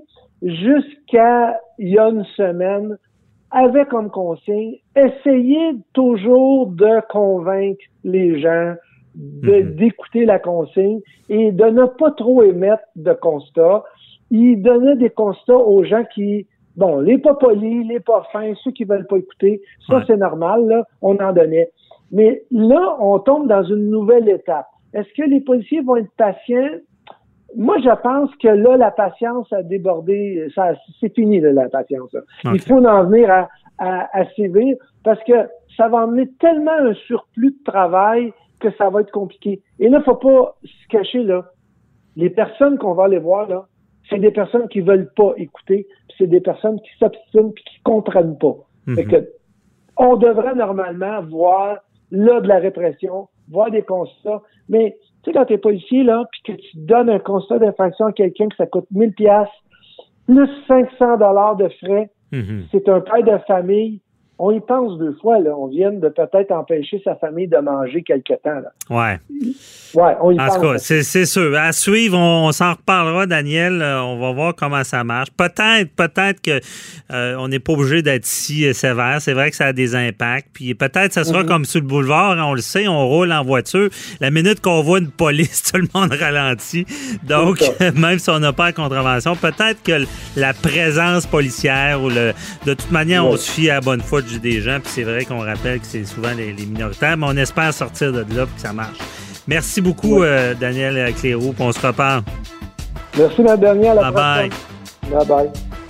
jusqu'à il y a une semaine, avaient comme consigne, essayez toujours de convaincre les gens de, mm-hmm. d'écouter la consigne et de ne pas trop émettre de constats. Ils donnaient des constats aux gens qui bon, les pas polis, les pas fins, ceux qui veulent pas écouter, ça, ouais. c'est normal, là, on en donnait. Mais là, on tombe dans une nouvelle étape. Est-ce que les policiers vont être patients? Moi, je pense que là, la patience a débordé. Ça, c'est fini, là, la patience. Là. Okay. Il faut en venir à, à, à sévir parce que ça va emmener tellement un surplus de travail que ça va être compliqué. Et là, faut pas se cacher, là. Les personnes qu'on va aller voir, là, c'est des personnes qui veulent pas écouter, puis c'est des personnes qui s'obstinent puis qui comprennent pas. Mm-hmm. Fait que, on devrait normalement voir là de la répression, voir des constats, mais tu sais, quand t'es policier, là, puis que tu donnes un constat d'infraction à quelqu'un que ça coûte mille piastres, plus cinq cents dollars de frais, mm-hmm. c'est un père de famille, on y pense deux fois, là, on vient de peut-être empêcher sa famille de manger quelque temps, là. Ouais. Ouais, on y en pense. En tout cas, c'est, c'est sûr. À suivre, on, on s'en reparlera, Daniel. Euh, on va voir comment ça marche. Peut-être, peut-être que euh, on n'est pas obligé d'être si euh, sévère. C'est vrai que ça a des impacts. Puis peut-être ça sera mm-hmm. comme sur le boulevard. On le sait, on roule en voiture. La minute qu'on voit une police, tout le monde ralentit. Donc, même si on n'a pas la contravention, peut-être que la présence policière ou le, de toute manière, ouais. on se fie à la bonne foi des gens. Puis c'est vrai qu'on rappelle que c'est souvent les, les minoritaires. Mais on espère sortir de là et que ça marche. Merci beaucoup, oui. euh, Daniel Cléroux. On se reparle. Merci, ma dernière. À la bye prochaine. Bye. Bye bye.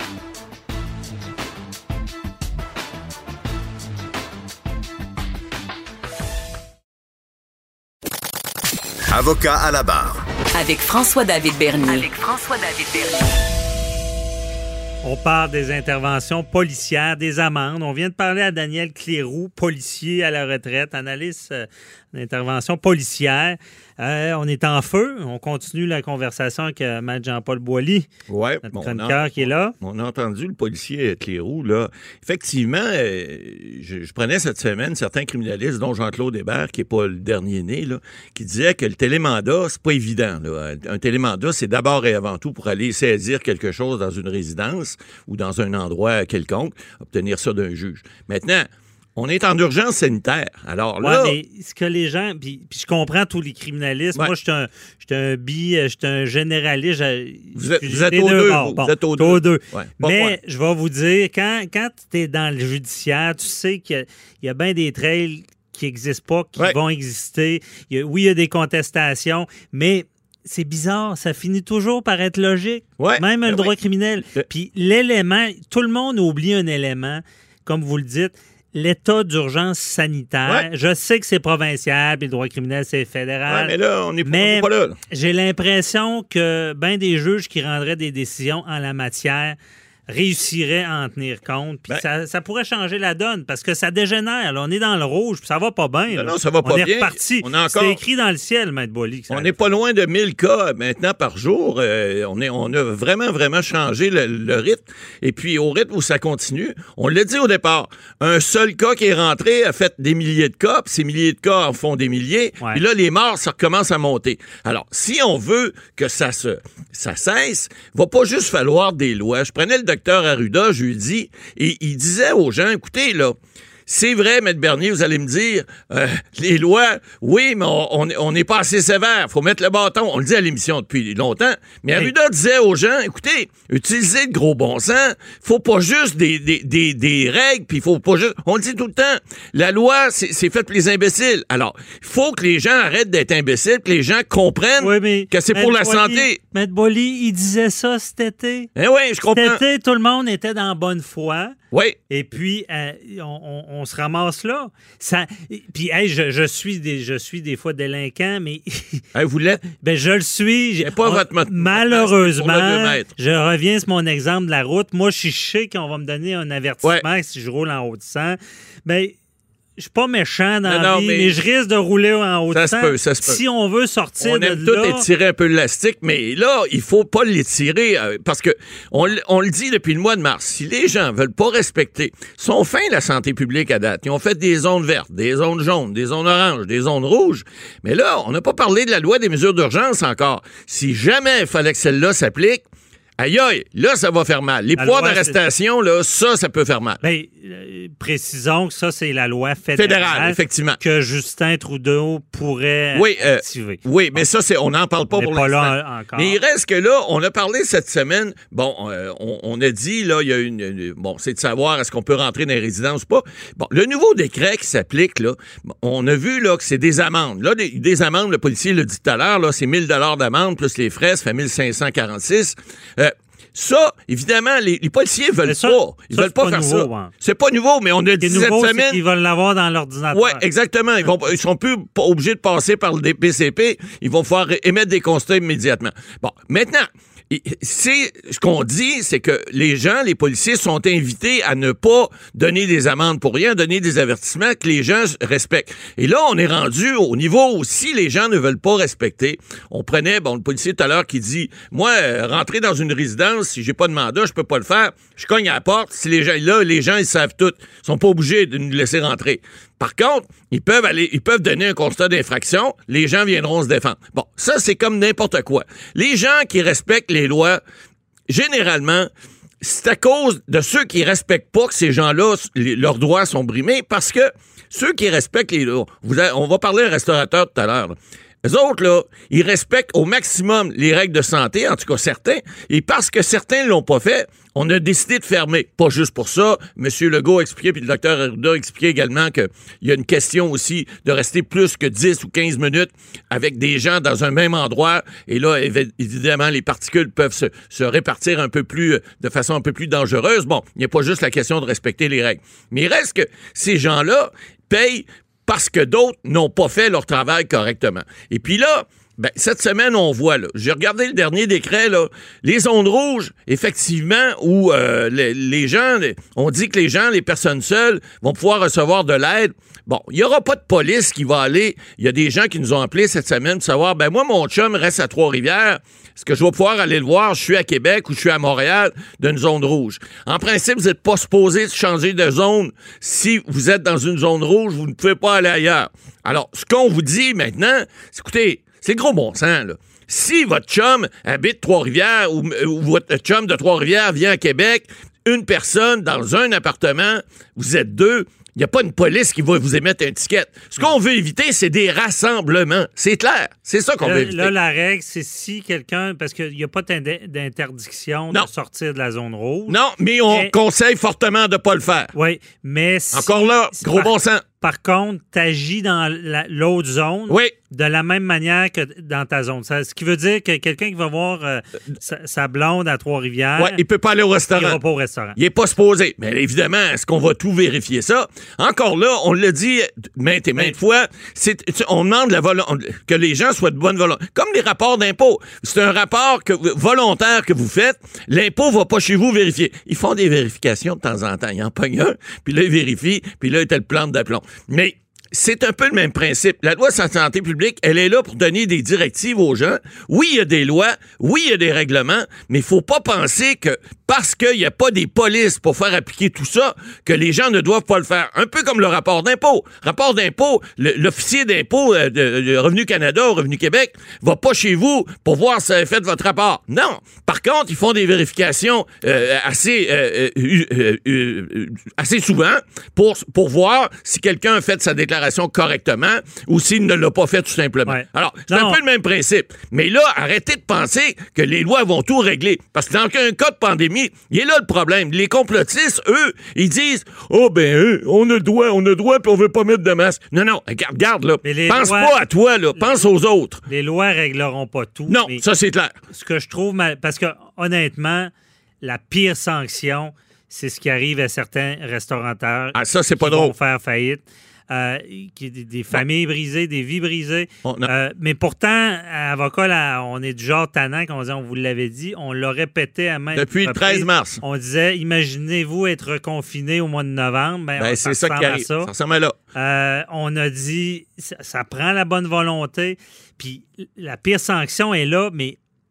Avocat à la barre. Avec François-David Bernier. Avec François-David Bernier. On parle des interventions policières, des amendes. On vient de parler à Daniel Cléroux, policier à la retraite, analyste euh, d'intervention policière. Euh, on est en feu. On continue la conversation avec euh, Maître Jean-Paul Boilly, ouais, notre bon, chroniqueur qui est là. On a entendu le policier Cléroux, là. Effectivement, euh, je, je prenais cette semaine certains criminalistes, dont Jean-Claude Hébert, qui n'est pas le dernier né, là, qui disait que le télémandat, c'est pas évident, là. Un télémandat, c'est d'abord et avant tout pour aller saisir quelque chose dans une résidence ou dans un endroit quelconque, obtenir ça d'un juge. Maintenant, on est en urgence sanitaire. Alors là... Ouais, mais ce que les gens... Puis, puis je comprends tous les criminalistes. Ouais. Moi, je suis un, un bi, je suis un généraliste. Vous êtes, vous êtes aux deux. Vous, bon, vous êtes aux deux. deux. Ouais, mais point. Je vais vous dire, quand, quand tu es dans le judiciaire, tu sais qu'il y a, il y a bien des trails qui n'existent pas, qui ouais. vont exister. Il y a, oui, il y a des contestations, mais... C'est bizarre, ça finit toujours par être logique, ouais, même ben le droit oui. criminel. Puis l'élément, tout le monde oublie un élément, comme vous le dites, l'état d'urgence sanitaire. Ouais. Je sais que c'est provincial, puis le droit criminel, c'est fédéral. Ouais, mais là, on n'est pas, pas là. là. J'ai l'impression que bien des juges qui rendraient des décisions en la matière réussirait à en tenir compte. Puis ben, ça, ça pourrait changer la donne parce que ça dégénère. Là. On est dans le rouge, puis ça va pas bien. Non, non, ça va pas on bien. Est reparti. On a encore... C'est écrit dans le ciel, Maître Boilly. On n'est pas loin de mille cas maintenant par jour. Euh, on, est, on a vraiment, vraiment changé le, le rythme. Et puis, au rythme où ça continue, on l'a dit au départ, un seul cas qui est rentré a fait des milliers de cas, puis ces milliers de cas en font des milliers. Ouais. Puis là, les morts, ça recommence à monter. Alors, si on veut que ça se ça cesse, va pas juste falloir des lois. Je prenais le docteur Arruda, je lui dis, et il disait aux gens, écoutez, là, c'est vrai, Maître Bernier, vous allez me dire, euh, les lois, oui, mais on n'est on pas assez sévère. Faut mettre le bâton. On le dit à l'émission depuis longtemps. Mais Arruda disait aux gens, écoutez, utilisez de gros bon sens. Faut pas juste des, des, des, des règles, puis faut pas juste... On le dit tout le temps. La loi, c'est, c'est fait pour les imbéciles. Alors, il faut que les gens arrêtent d'être imbéciles, que les gens comprennent oui, mais que c'est pour la Boilly, santé. Maître Boilly, il disait ça cet été. Eh oui, je comprends. Cet été, tout le monde était dans bonne foi. Oui. Et puis, euh, on, on, on se ramasse là. Ça, puis, hey, je, je, suis des, je suis des fois délinquant, mais... hey, vous l'êtes? Ben, je le suis. J'ai pas on, votre mot- malheureusement, je reviens sur mon exemple de la route. Moi, je suis sais qu'on va me donner un avertissement ouais. si je roule en haut de cent. Mais... Je suis pas méchant dans non, la vie, mais, mais je risque de rouler en haut de ça se peut, ça se peut. Si on veut sortir on de là... On aime tout étirer un peu l'élastique, mais là, il faut pas l'étirer euh, parce que on, on le dit depuis le mois de mars. Si les gens veulent pas respecter, sont fins la santé publique à date. Ils ont fait des zones vertes, des zones jaunes, des zones oranges, des zones rouges. Mais là, on n'a pas parlé de la loi des mesures d'urgence encore. Si jamais il fallait que celle-là s'applique, aïe aïe, là, ça va faire mal. Les La pouvoirs loi, d'arrestation, là, ça, ça peut faire mal. Bien, euh, précisons que ça, c'est la loi fédérale, Fédérale, effectivement. que Justin Trudeau pourrait Oui, euh, activer. Oui, mais ça, c'est, on n'en parle pas On n'est pour pas l'instant. là encore. Mais il reste que là, on a parlé cette semaine, bon, euh, on, on a dit, là, il y a une, une- bon, c'est de savoir est-ce qu'on peut rentrer dans les résidences ou pas. Bon, le nouveau décret qui s'applique, là, on a vu, là, que c'est des amendes. Là, des, des amendes, le policier l'a dit tout à l'heure, là, c'est mille dollars d'amende plus les frais, ça fait mille cinq cent quarante-six. Euh, Ça, évidemment, les, les policiers veulent Mais ça, pas. Ils ça, veulent c'est pas pas faire nouveau, ça. hein. C'est pas nouveau, mais on a Ce qui dit est cette nouveau, c'est semaine. qu'ils veulent l'avoir dans l'ordinateur. Oui, exactement. Ils vont, ils seront plus p- obligés de passer par le P C P. Ils vont pouvoir émettre des constats immédiatement. Bon, maintenant, i- c'est ce qu'on dit, c'est que les gens, les policiers sont invités à ne pas donner des amendes pour rien, donner des avertissements que les gens respectent. Et là, on est rendu au niveau où si les gens ne veulent pas respecter, on prenait, bon, le policier tout à l'heure qui dit, moi, euh, rentrer dans une résidence, si j'ai pas de mandat, je peux pas le faire. Je cogne à la porte. Si les gens, là, les gens, ils savent tout. Ils sont pas obligés de nous laisser rentrer. Par contre, ils peuvent aller, ils peuvent donner un constat d'infraction, les gens viendront se défendre. Bon, ça, c'est comme n'importe quoi. Les gens qui respectent les lois, généralement, c'est à cause de ceux qui respectent pas que ces gens-là, les- leurs droits sont brimés, parce que ceux qui respectent les lois, vous avez- on va parler à un restaurateur tout à l'heure, là. Eux autres, là, ils respectent au maximum les règles de santé, en tout cas certains, et parce que certains ne l'ont pas fait, on a décidé de fermer. Pas juste pour ça. M. Legault a expliqué, puis le docteur Arruda a expliqué également qu'il y a une question aussi de rester plus que dix ou quinze minutes avec des gens dans un même endroit. Et là, évi- évidemment, les particules peuvent se, se répartir un peu plus, de façon un peu plus dangereuse. Bon, il n'y a pas juste la question de respecter les règles. Mais il reste que ces gens-là payent parce que d'autres n'ont pas fait leur travail correctement. Et puis là, ben, cette semaine, on voit, là, j'ai regardé le dernier décret, là, les zones rouges, effectivement, où euh, les, les gens, les- on dit que les gens, les personnes seules, vont pouvoir recevoir de l'aide. Bon, il n'y aura pas de police qui va aller. Il y a des gens qui nous ont appelés cette semaine pour savoir, ben moi, mon chum reste à Trois-Rivières. Est-ce que je vais pouvoir aller le voir? Je suis à Québec ou je suis à Montréal d'une zone rouge. En principe, vous n'êtes pas supposé changer de zone. Si vous êtes dans une zone rouge, vous ne pouvez pas aller ailleurs. Alors, ce qu'on vous dit maintenant, c'est, écoutez, c'est gros bon sens, là. Si votre chum habite Trois-Rivières ou, ou votre chum de Trois-Rivières vient à Québec, une personne dans un appartement, vous êtes deux, il n'y a pas une police qui va vous émettre un ticket. Ce qu'on veut éviter, c'est des rassemblements. C'est clair. C'est ça qu'on Là, veut éviter. là, la règle, c'est si quelqu'un... Parce qu'il n'y a pas d'inter- d'interdiction Non. de sortir de la zone rouge. Non, mais on Mais- conseille fortement de ne pas le faire. Oui, mais si... Encore là, si gros par- bon sens. Par contre, tu agis dans la- l'autre zone Oui. de la même manière que dans ta zone. Ça, ce qui veut dire que quelqu'un qui va voir euh, sa, sa blonde à Trois-Rivières, Ouais, il peut pas aller au il restaurant. ira pas au restaurant. Il est pas supposé. Mais évidemment, est-ce qu'on va tout vérifier ça? Encore là, on l'a dit maintes et maintes fois, c'est, on demande la volo- que les gens soient de bonne volonté. Comme les rapports d'impôt. C'est un rapport que, volontaire que vous faites. L'impôt va pas chez vous vérifier. Ils font des vérifications de temps en temps. Ils en pognent un, puis là, ils vérifient, puis là, il y a le plan d'aplomb. Mais c'est un peu le même principe. La loi sur la santé publique, elle est là pour donner des directives aux gens. Oui, il y a des lois, oui, il y a des règlements, mais il faut pas penser que parce qu'il n'y a pas des polices pour faire appliquer tout ça, que les gens ne doivent pas le faire. Un peu comme le rapport d'impôt. Rapport d'impôt, le- l'officier d'impôt euh, de, de Revenu Canada ou Revenu Québec va pas chez vous pour voir si vous avez fait votre rapport. Non. Par contre, ils font des vérifications euh, assez, euh, euh, euh, euh, assez souvent pour, pour voir si quelqu'un a fait sa déclaration correctement ou s'il ne l'a pas fait tout simplement. Ouais. Alors, c'est Non. un peu le même principe. Mais là, arrêtez de penser que les lois vont tout régler. Parce que dans un cas de pandémie, il est là le problème. Les complotistes, eux, ils disent « Oh ben, eux, on a le droit, on a le droit, puis on veut pas mettre de masque. » Non, non, regarde, regarde là. Mais les Pense lois- pas à toi, là. Pense aux autres. Les lois régleront pas tout. Non, mais ça, c'est clair. ce que je trouve mal, parce que honnêtement, la pire sanction, c'est ce qui arrive à certains restaurateurs Ah, ça, c'est pas qui drôle. vont faire faillite. Euh, qui, des, des familles brisées, des vies brisées. On a- Euh, mais pourtant, à Avocat, là, on est du genre tannant, qu'on disait, on vous l'avait dit, on l'a répété à même Depuis le treize mars. On disait, imaginez-vous être confiné au mois de novembre. Ben, Ben, c'est ça qui ressemble à arrive. ça. Ça ressemble à là. Euh, on a dit, ça, ça prend la bonne volonté. Puis la pire sanction est là, mais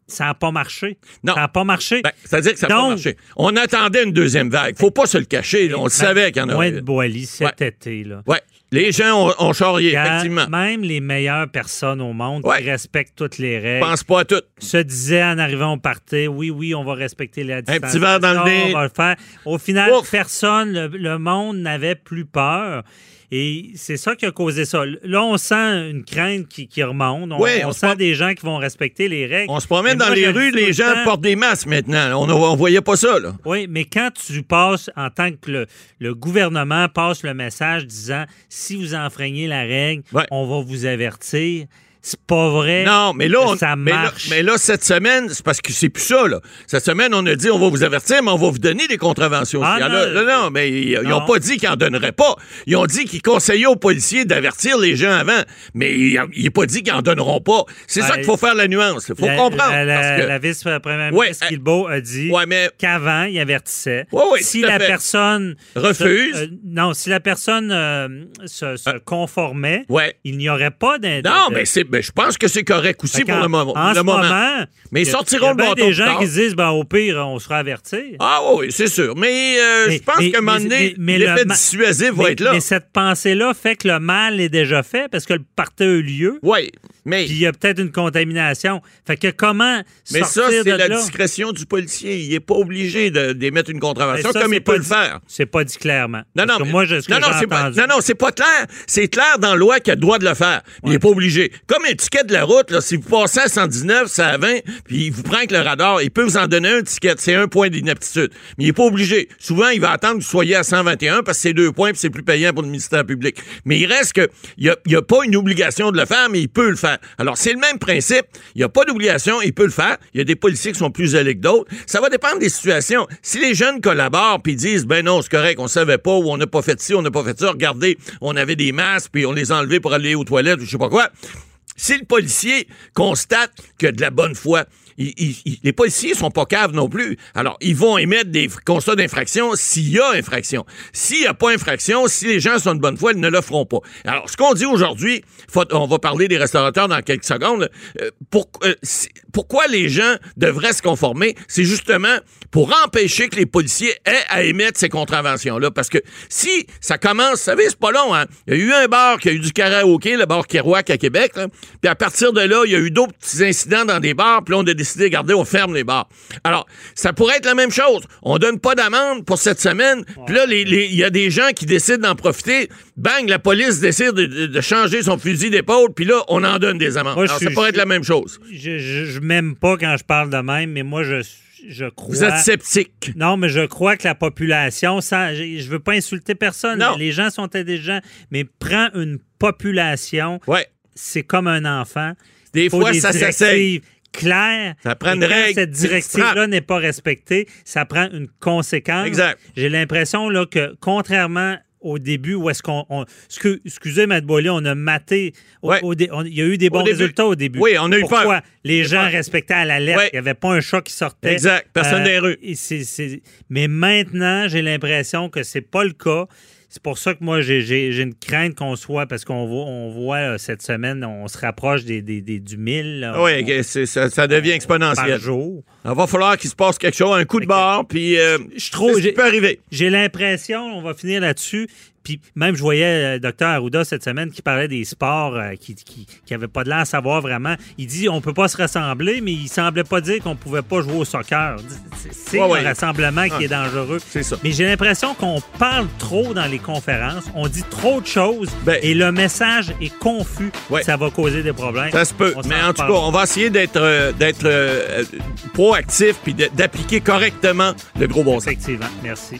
ça n'a pas marché. Non. Ça n'a pas marché. Ben, c'est-à-dire que ça n'a pas Donc, marché. On attendait une deuxième vague. Faut pas se le cacher. Là. On le ben, savait qu'il y en Moins aurait. de Boily cet Ouais. été. Là. Ouais. Les gens ont, ont charrié, Quand effectivement. même les meilleures personnes au monde Ouais. qui respectent toutes les Je règles pense pas à tout. se disaient en arrivant au party, oui, oui, on va respecter la distance. petit verre dans le nez. On va le faire. Au final, Ouf. personne, le, le monde n'avait plus peur. Et c'est ça qui a causé ça. Là, on sent une crainte qui, qui remonte. On, Oui, on on sent se- des gens qui vont respecter les règles. On se promène Mais dans moi, les je rues, dis tout les le gens temps- portent des masques maintenant. On ne voyait pas ça, là. Oui, mais quand tu passes, en tant que le, le gouvernement passe le message disant si vous enfreignez la règle, Ouais. on va vous avertir. C'est pas vrai. Non, mais là, que on- ça mais là, marche. mais là, cette semaine, c'est parce que c'est plus ça, là. Cette semaine, on a dit, on va vous avertir, mais on va vous donner des contraventions. Ah, aussi. non. Alors, non, non, mais ils Non. n'ont pas dit qu'ils n'en donneraient pas. Ils ont dit qu'ils conseillaient aux policiers d'avertir les gens avant, mais ils n'ont pas dit qu'ils n'en donneront pas. C'est Ben, ça qu'il faut faire la nuance. Il faut la, comprendre. La, la- parce que- la vice-première Ouais, ministre euh, Guilbeault a dit Ouais, mais qu'avant, il avertissait. Ouais, ouais, si tout à la fait. personne Refuse. se- euh, non, si la personne euh, se, se Euh, conformait, ouais. il n'y aurait pas d'un. Non, de- mais c'est, ben, je pense que c'est correct aussi Fait pour qu'en- le moment. En le ce moment. moment, Mais ils il y a- sortiront il y a le bien bâton des de gens tard. qui se disent, ben, au pire, on sera avertis. Ah oui, c'est sûr. Mais, euh, Mais- je pense mais- qu'à un moment mais- donné, mais- mais l'effet le ma- dissuasif va mais, être là. mais cette pensée-là fait que le mal est déjà fait parce que le party a eu lieu. Oui, mais... Puis il y a peut-être une contamination. Fait que comment Mais sortir ça, c'est de la là? discrétion du policier. Il n'est pas obligé de- d'émettre une contravention Mais ça, comme c'est il peut pas le dit- faire. C'est pas dit clairement. Non, Parce non, que mais- moi, je, ce que non, non, j'ai c'est pas, entendu- non, non, c'est pas clair. C'est clair dans la loi qu'il a le droit de le faire. Mais il n'est pas obligé. Comme un ticket de la route, là, si vous passez à cent dix-neuf, c'est à vingt, puis il vous prend avec le radar, il peut vous en donner un ticket. C'est un point d'inaptitude. Mais il n'est pas obligé. Souvent, il va attendre que vous soyez à cent vingt et un parce que c'est deux points puis c'est plus payant pour le ministère public. Mais il reste que, il n'y a, a pas une obligation de le faire, mais il peut le faire. Alors, c'est le même principe. Il n'y a pas d'obligation, il peut le faire. Il y a des policiers qui sont plus zélés que d'autres. Ça va dépendre des situations. Si les jeunes collaborent puis disent, ben non, c'est correct, on savait pas, ou on n'a pas fait ci, on n'a pas fait ça, regardez, on avait des masques puis on les a enlevés pour aller aux toilettes ou je sais pas quoi. Si le policier constate que de la bonne foi, il, il, il, les policiers sont pas caves non plus. Alors, ils vont émettre des constats d'infraction s'il y a infraction. S'il n'y a pas infraction, si les gens sont de bonne foi, ils ne le feront pas. Alors, ce qu'on dit aujourd'hui, faut, on va parler des restaurateurs dans quelques secondes, euh, pour, euh, pourquoi les gens devraient se conformer? C'est justement pour empêcher que les policiers aient à émettre ces contraventions-là. Parce que si ça commence, vous savez, c'est pas long, hein? Il y a eu un bar qui a eu du karaoké, le bar Kerouac à Québec, là. Puis à partir de là, il y a eu d'autres petits incidents dans des bars, puis là, on a décidé, regardez, on ferme les bars. Alors, ça pourrait être la même chose. On donne pas d'amende pour cette semaine, puis là, les, les, il y a des gens qui décident d'en profiter. Bang, la police décide de, de, de changer son fusil d'épaule, puis là, on en donne des amendes. Moi, Alors, je ça suis- pourrait être la même chose. Je, je, je m'aime pas quand je parle de même, mais moi, je, je crois... Vous êtes sceptique. Non, mais je crois que la population, sans, je, je veux pas insulter personne. Non. Les gens sont intelligents, mais prends une population, Ouais. c'est comme un enfant. Des Faut fois, des ça s'essaye. directives claires. Ça prend Et une quand règle, cette tu te directive-là frappes. n'est pas respectée, ça prend une conséquence. Exact. J'ai l'impression là, que, contrairement au début, où est-ce qu'on... on- excu- excusez, Matt Boily, on a maté... au- Ouais. au dé- on- il y a eu des bons début. résultats au début. Oui, on a eu Pourquoi? peur. Les On a gens peur. respectaient à la lettre. Ouais. Il n'y avait pas un chat qui sortait. Exact. Personne dans les rues. et c'est- c'est- Mais maintenant, j'ai l'impression que c'est pas le cas. C'est pour ça que moi, j'ai, j'ai, j'ai une crainte qu'on soit, parce qu'on voit, on voit euh, cette semaine, on se rapproche des, des, des- du mille. là. Oui, On- c'est- ça, ça devient exponentiel. par jour. Il va falloir qu'il se passe quelque chose, un coup de barre, puis euh, Je trouve- c'est ce qui j'ai- peut arriver. J'ai l'impression, on va finir là-dessus, puis même je voyais le docteur Arruda cette semaine qui parlait des sports euh, qui qui, qui avaient pas de l'air à savoir vraiment. Il dit on peut pas se rassembler, mais il semblait pas dire qu'on pouvait pas jouer au soccer. C'est, c'est Ouais, le ouais. rassemblement qui Ouais. est dangereux. C'est ça. Mais j'ai l'impression qu'on parle trop dans les conférences, on dit trop de choses, Ben- et le message est confus. Ouais. Ça va causer des problèmes. Ça se peut. On s'en Mais en tout cas, reparlera. on va essayer d'être euh, d'être euh, proactif puis de- d'appliquer correctement le gros bon sens. Effectivement. Merci.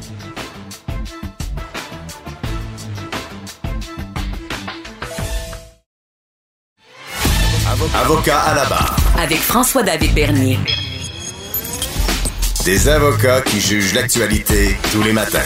Avocat à la barre. Avec François-David Bernier. Des avocats qui jugent l'actualité tous les matins.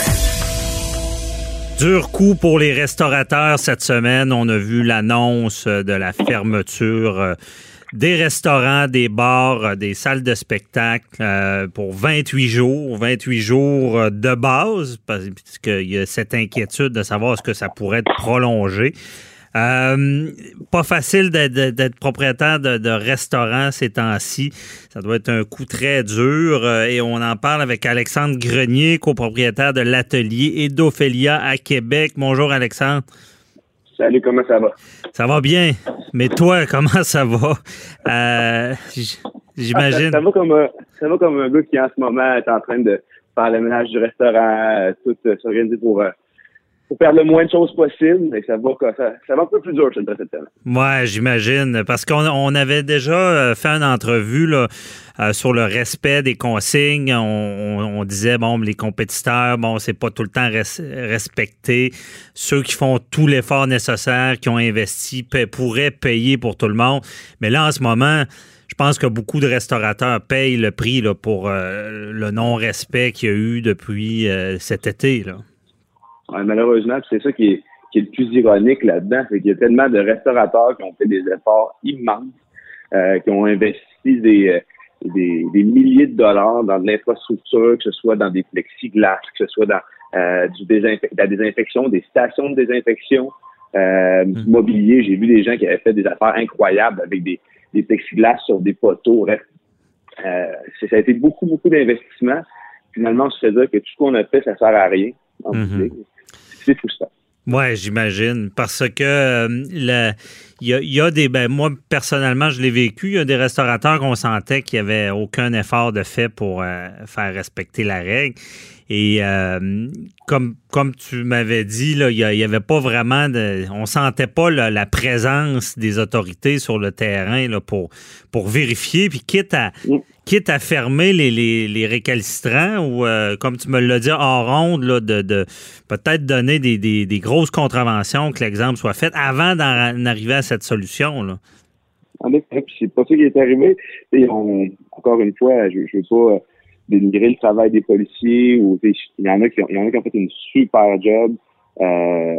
Dur coup pour les restaurateurs cette semaine. On a vu l'annonce de la fermeture euh, des restaurants, des bars, euh, des salles de spectacle euh, pour vingt-huit jours. vingt-huit jours euh, de base, parce qu'il y a cette inquiétude de savoir est-ce que ça pourrait être prolongé. Euh, pas facile d'être, d'être propriétaire de, de restaurant ces temps-ci. Ça doit être un coup très dur. Euh, et on en parle avec Alexandre Grenier, copropriétaire de l'atelier Edophélia à Québec. Bonjour, Alexandre. Salut, comment ça va? Ça va bien. Mais toi, comment ça va? Euh, j'imagine. Ah, ça, ça, va comme, un, ça va comme un gars qui, en ce moment, est en train de faire le ménage du restaurant, euh, tout euh, s'organiser pour, euh, pour faire le moins de choses possible. Mais ça va, ça, ça va un peu plus dur, cette semaine. Ouais, j'imagine. Parce qu'on on avait déjà fait une entrevue là, euh, sur le respect des consignes. On, on, on disait, bon, les compétiteurs, bon, c'est pas tout le temps res, respecté. Ceux qui font tout l'effort nécessaire, qui ont investi, paie, pourraient payer pour tout le monde. Mais là, en ce moment, je pense que beaucoup de restaurateurs payent le prix là, pour euh, le non-respect qu'il y a eu depuis euh, cet été. Là. Ouais, malheureusement, c'est ça qui est, qui est le plus ironique là-dedans, c'est qu'il y a tellement de restaurateurs qui ont fait des efforts immenses, euh, qui ont investi des, des, des milliers de dollars dans de l'infrastructure, que ce soit dans des plexiglas, que ce soit dans euh, du désinfec- la désinfection, des stations de désinfection, euh, du mobilier. J'ai vu des gens qui avaient fait des affaires incroyables avec des des plexiglas sur des poteaux. Bref, euh, ça a été beaucoup, beaucoup d'investissements. Finalement, on se fait dire que tout ce qu'on a fait, ça sert à rien. En mm-hmm. C'est frustrant. Oui, j'imagine. Parce que euh, le, il y a, y a des. Ben, moi, personnellement, je l'ai vécu. Il y a des restaurateurs qu'on sentait qu'il n'y avait aucun effort de fait pour euh, faire respecter la règle. Et euh, comme, comme tu m'avais dit, là, il n'y avait pas vraiment de. On sentait pas là, la présence des autorités sur le terrain là, pour, pour vérifier. Puis quitte à. Mm. Quitte à fermer les, les, les récalcitrants ou, euh, comme tu me l'as dit, en ronde, là, de, de peut-être donner des, des, des grosses contraventions, que l'exemple soit fait avant d'en arriver à cette solution. Là. En effet, puis c'est pas ça qui est arrivé. Et on, encore une fois, je ne veux pas dénigrer le travail des policiers. Ou il y en a qui ont, il y en a qui ont fait une super job, euh,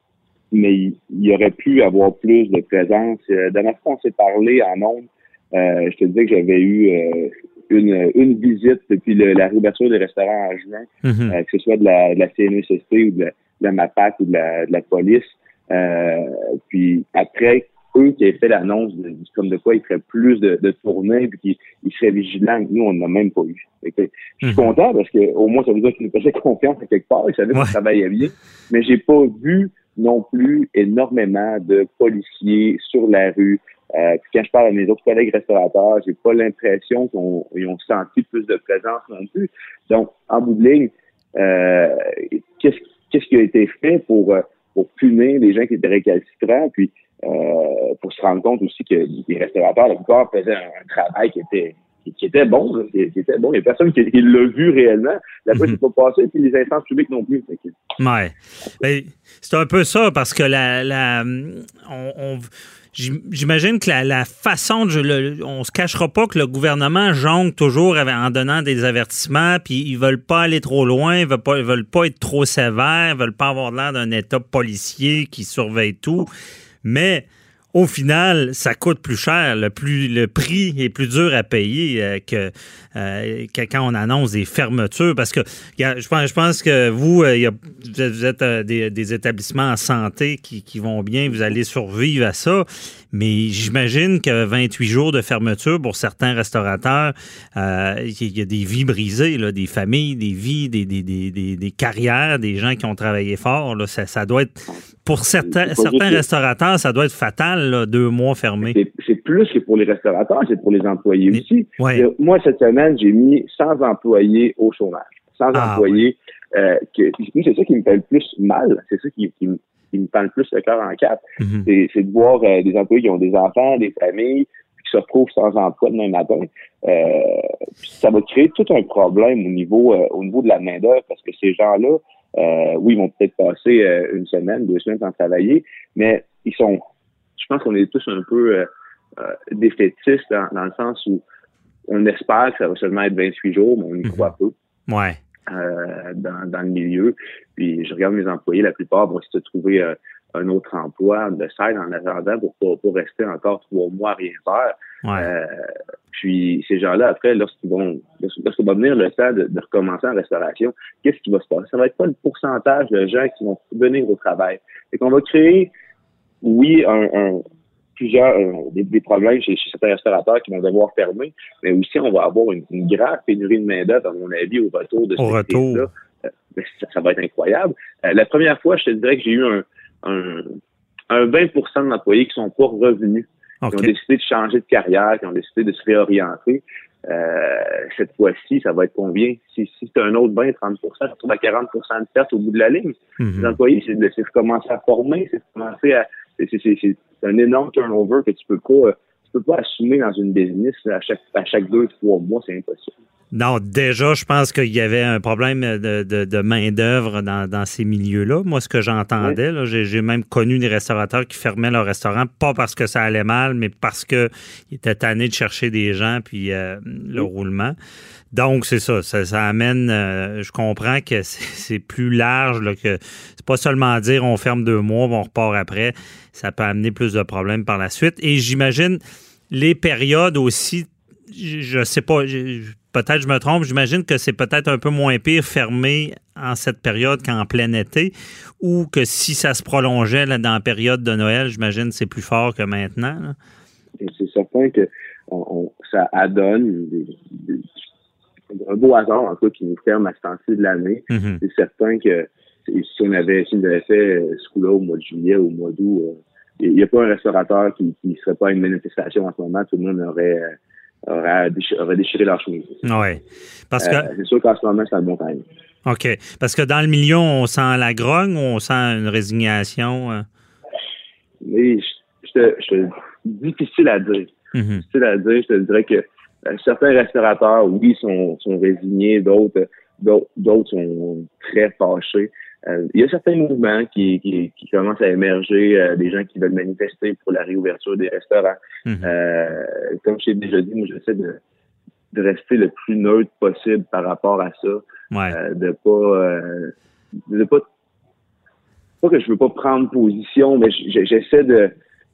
mais il, il y aurait pu avoir plus de présence. La dernière fois, on s'est parlé en ondes. Euh, je te disais que j'avais eu euh, une, une visite depuis le, la réouverture des restaurants en juin, mm-hmm. euh, que ce soit de la, de la C N E S S T ou de la, de la MAPAC ou de la, de la police. Euh, puis après, eux qui avaient fait l'annonce de, comme de quoi ils feraient plus de, de tournées puis qu'ils ils seraient vigilants, nous, on n'en a même pas eu. Je suis mm-hmm. content parce que au moins ça veut dire qu'ils nous faisaient confiance à quelque part, ils savaient ouais. qu'on travaillait bien, mais j'ai pas vu non plus énormément de policiers sur la rue. Euh, puis quand je parle à mes autres collègues restaurateurs, j'ai pas l'impression qu'on ils ont senti plus de présence non plus. Donc, en bout de ligne, euh, qu'est-ce, qu'est-ce qui a été fait pour, pour punir les gens qui étaient récalcitrants, puis euh, pour se rendre compte aussi que les restaurateurs, la plupart, faisaient un, un travail qui était qui, qui était bon, là, qui, qui était bon. Il y a personne qui, qui l'a vu réellement. La fois, mm-hmm. c'est pas passé, puis les instances publiques non plus. Que... Ouais. Ben, c'est un peu ça, parce que la, la on, on j'imagine que la, la façon de... Le, on se cachera pas que le gouvernement jongle toujours en donnant des avertissements, puis ils veulent pas aller trop loin, ils veulent pas, ils veulent pas être trop sévères, ils veulent pas avoir l'air d'un État policier qui surveille tout. Mais au final, ça coûte plus cher. Le, plus, le prix est plus dur à payer euh, que, euh, que quand on annonce des fermetures. Parce que je pense, je pense que vous, euh, y a, vous êtes, vous êtes euh, des, des établissements en santé qui, qui vont bien, vous allez survivre à ça. Mais j'imagine que vingt-huit jours de fermeture pour certains restaurateurs, euh, il y a des vies brisées, là, des familles, des vies, des, des, des, des, des carrières, des gens qui ont travaillé fort. Là, ça, ça doit être, pour certains, certains restaurateurs, ça doit être fatal, là, deux mois fermés. C'est, c'est plus que pour les restaurateurs, c'est pour les employés Mais, aussi. Ouais. Moi, cette semaine, j'ai mis cent employés au chômage. cent ah, employés. Ouais. Euh, que, c'est ça qui me fait le plus mal. C'est ça qui, qui me qui me tend le plus le cœur en quatre. Mm-hmm. C'est, c'est de voir euh, des employés qui ont des enfants, des familles, qui se retrouvent sans emploi demain matin. Euh, ça va créer tout un problème au niveau euh, au niveau de la main-d'œuvre, parce que ces gens-là, euh, oui, ils vont peut-être passer euh, une semaine, deux semaines sans travailler, mais ils sont, je pense qu'on est tous un peu euh, euh, défaitistes dans, dans le sens où on espère que ça va seulement être vingt-huit jours, mais on y mm-hmm. croit peu. Ouais. Euh, dans, dans le milieu. Puis je regarde mes employés, la plupart vont essayer de trouver euh, un autre emploi de side en attendant pour, pour, pour rester encore trois mois à rien faire. Ouais. Euh, puis ces gens-là, après, lorsqu'ils vont lorsqu'il va venir le temps de, de recommencer en restauration, qu'est-ce qui va se passer? Ça va être pas le pourcentage de gens qui vont venir au travail. C'est qu'on va créer oui, un, un plusieurs euh, des, des problèmes chez, chez certains restaurateurs qui vont devoir fermer, mais aussi on va avoir une, une grave pénurie de main-d'œuvre, à mon avis, au retour de au cette crise-là. retour. Euh, ça, ça va être incroyable. Euh, la première fois, je te dirais que j'ai eu un, un, un vingt pour cent d'employés qui sont pas revenus, okay. qui ont décidé de changer de carrière, qui ont décidé de se réorienter. Euh, cette fois-ci, ça va être combien? Si, si c'est un autre vingt, trente pour cent, ça retrouve à quarante pour cent de perte au bout de la ligne. Mm-hmm. Les employés, c'est de, c'est de commencer à former, c'est de commencer à... C'est, c'est, c'est, c'est un énorme turnover que tu peux pas... Tu peux pas assumer dans une business à chaque, à chaque deux, trois mois, c'est impossible. Non, déjà, je pense qu'il y avait un problème de, de, de main-d'œuvre dans, dans ces milieux-là. Moi, ce que j'entendais, oui. là, j'ai, j'ai même connu des restaurateurs qui fermaient leur restaurant, pas parce que ça allait mal, mais parce qu'ils étaient tannés de chercher des gens puis euh, le oui. roulement. Donc, c'est ça. Ça, ça amène... Euh, je comprends que c'est, c'est plus large, là, que c'est pas seulement dire on ferme deux mois, on repart après. Ça peut amener plus de problèmes par la suite. Et j'imagine les périodes aussi, je sais pas... Je, peut-être je me trompe, j'imagine que c'est peut-être un peu moins pire fermé en cette période qu'en plein été, ou que si ça se prolongeait là, dans la période de Noël, j'imagine que c'est plus fort que maintenant. Là. Et c'est certain que on, on, ça adonne des, des, un beau hasard en tout cas qui nous ferme à ce temps-ci de l'année. Mm-hmm. C'est certain que si on avait si on avait fait ce coup-là au mois de juillet ou au mois d'août, il n'y a pas un restaurateur qui ne serait pas à une manifestation en ce moment, tout le monde aurait aurait déchiré, aurait déchiré leur chemise. Oui. Parce que... Euh, c'est sûr qu'en ce moment, c'est un bon timing. OK. Parce que dans le milieu, on sent la grogne ou on sent une résignation? Euh? Mais je, je te, je te, difficile à dire. Mm-hmm. Difficile à dire. Je te dirais que euh, certains restaurateurs, oui, sont, sont résignés, d'autres, d'autres, d'autres sont très fâchés. Euh, il y a certains mouvements qui, qui, qui commencent à émerger, euh, des gens qui veulent manifester pour la réouverture des restaurants. Mm-hmm. Euh, comme je t'ai déjà dit, moi, j'essaie de, de rester le plus neutre possible par rapport à ça. Ouais. Euh, de pas, euh, de pas, pas que je veux pas prendre position, mais j'essaie de,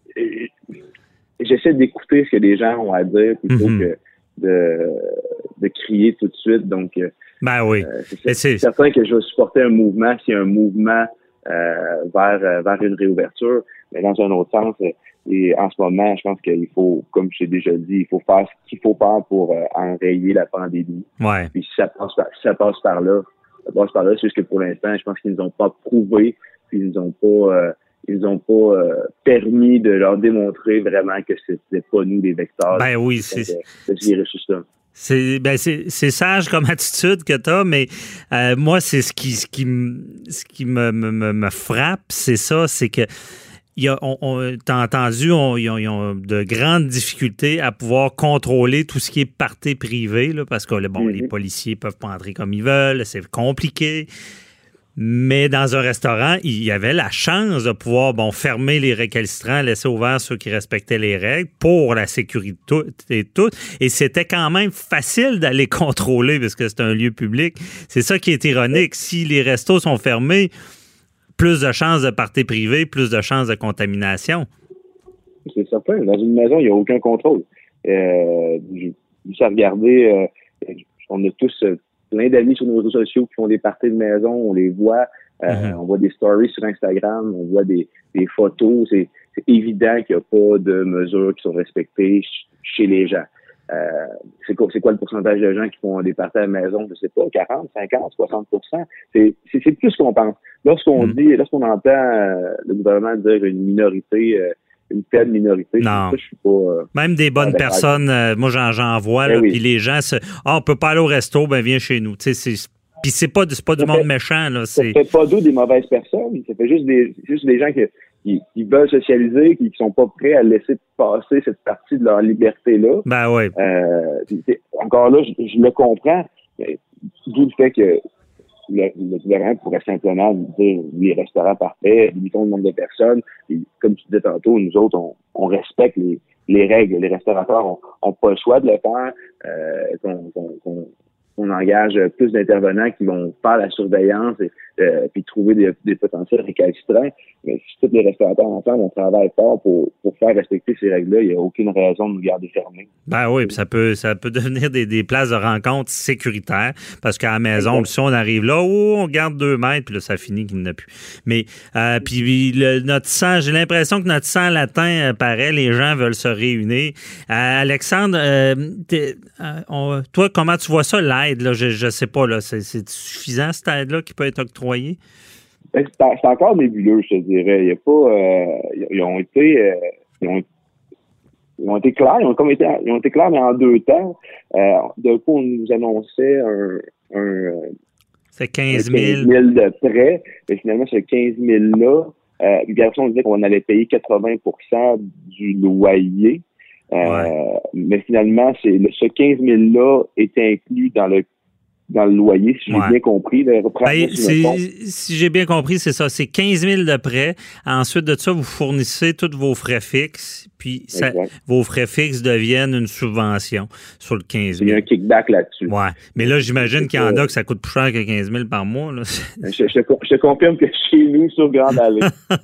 j'essaie d'écouter ce que les gens ont à dire plutôt mm-hmm. que de, de crier tout de suite. Donc, ben oui. Euh, c'est, c'est certain que je vais supporter un mouvement s'il y a un mouvement euh, vers euh, vers une réouverture, mais dans un autre sens, et en ce moment, je pense qu'il faut, comme je t'ai déjà dit, il faut faire ce qu'il faut faire pour euh, enrayer la pandémie. Ouais. Puis si ça passe par, si ça passe par là, ça passe par là, c'est juste que pour l'instant, je pense qu'ils nous ont pas prouvé, puis ils nous ont pas euh, ils nous ont pas euh, permis de leur démontrer vraiment que c'était pas nous les vecteurs. Ben oui, c'est de, de gérer tout ça. C'est, ben c'est, c'est sage comme attitude que t'as, mais euh, moi, c'est ce qui, ce qui, ce qui me, me, me frappe, c'est ça, c'est que il y a, on, on, t'as entendu, on, ils, ont, ils ont de grandes difficultés à pouvoir contrôler tout ce qui est party privé, là, parce que bon, mm-hmm. les policiers peuvent pas entrer comme ils veulent, c'est compliqué. Mais dans un restaurant, il y avait la chance de pouvoir bon fermer les récalcitrants, laisser ouverts ceux qui respectaient les règles pour la sécurité et tout. Et c'était quand même facile d'aller contrôler parce que c'est un lieu public. C'est ça qui est ironique. Si les restos sont fermés, plus de chances de party privé, plus de chances de contamination. C'est certain. Dans une maison, il n'y a aucun contrôle. Euh, juste à regarder, euh, on a tous... Euh, plein d'amis sur nos réseaux sociaux qui font des parties de maison, on les voit, euh, mm-hmm. on voit des stories sur Instagram, on voit des, des photos. C'est, c'est évident qu'il n'y a pas de mesures qui sont respectées ch- chez les gens. Euh, c'est, quoi, c'est quoi le pourcentage de gens qui font des parties à la maison? Je sais pas, quarante, cinquante, soixante pour cent. C'est, c'est, c'est plus qu'on pense. Lorsqu'on mm-hmm. dit, lorsqu'on entend euh, le gouvernement dire une minorité, euh, une telle minorité. Non. Je suis pas, euh, Même des bonnes personnes, euh, moi j'en, j'en vois, là, puis oui. les gens, se, ah, on peut pas aller au resto, ben viens chez nous. Tu sais, c'est, puis c'est pas, c'est pas du monde fait, méchant, là. C'est... Ça fait pas d'eux des mauvaises personnes, ça fait juste des, juste des gens qui, qui, qui veulent socialiser, qui, qui sont pas prêts à laisser passer cette partie de leur liberté-là. Ben oui. Euh, encore là, je, je le comprends, mais d'où le fait que le, le gouvernement pourrait simplement dire les restaurants parfaits, limitons le nombre de personnes. Et comme tu disais tantôt, nous autres, on, on respecte les, les règles. Les restaurateurs ont, ont pas le choix de le faire. Euh, qu'on, qu'on, qu'on, on engage plus d'intervenants qui vont faire la surveillance et euh, puis trouver des, des potentiels récalcitrants. Mais si tous les restaurateurs ensemble, on travaille fort pour, pour faire respecter ces règles-là, il n'y a aucune raison de nous garder fermés. Ben oui, puis ça peut ça peut devenir des, des places de rencontre sécuritaires, parce qu'à la maison, si on arrive là, oh, on garde deux mètres, puis là, ça finit qu'il n'y en a plus. Mais euh, puis le, notre sang, j'ai l'impression que notre sang latin euh, paraît, les gens veulent se réunir. Euh, Alexandre, euh, euh, on, toi, comment tu vois ça, l'aide? Là? Je ne sais pas, là, c'est, c'est suffisant, cette aide-là, qui peut être octroyée? C'est, c'est encore nébuleux, je te dirais. Il y a pas, euh, ils ont été, euh, ils ont, ils ont été clairs, ils ont comme été, ils ont été clairs, mais en deux temps. Euh, d'un coup, on nous annonçait un, un c'est quinze mille de prêts, mais finalement, ce quinze mille-là, euh, Garçon disait qu'on allait payer quatre-vingts pour cent du loyer. Euh, ouais. Mais finalement, c'est ce quinze mille-là était inclus dans le dans le loyer, si j'ai ouais. bien compris. Là, ben, si j'ai bien compris, c'est ça. C'est quinze mille de prêt. Ensuite de ça, vous fournissez tous vos frais fixes, puis ça, vos frais fixes deviennent une subvention sur le quinze mille. Il y a un kickback là-dessus. Ouais. Mais là, j'imagine qu'il y en a que ça coûte plus cher que quinze mille par mois. Là. Je, je, je te confirme que chez nous, sur Grande Allée,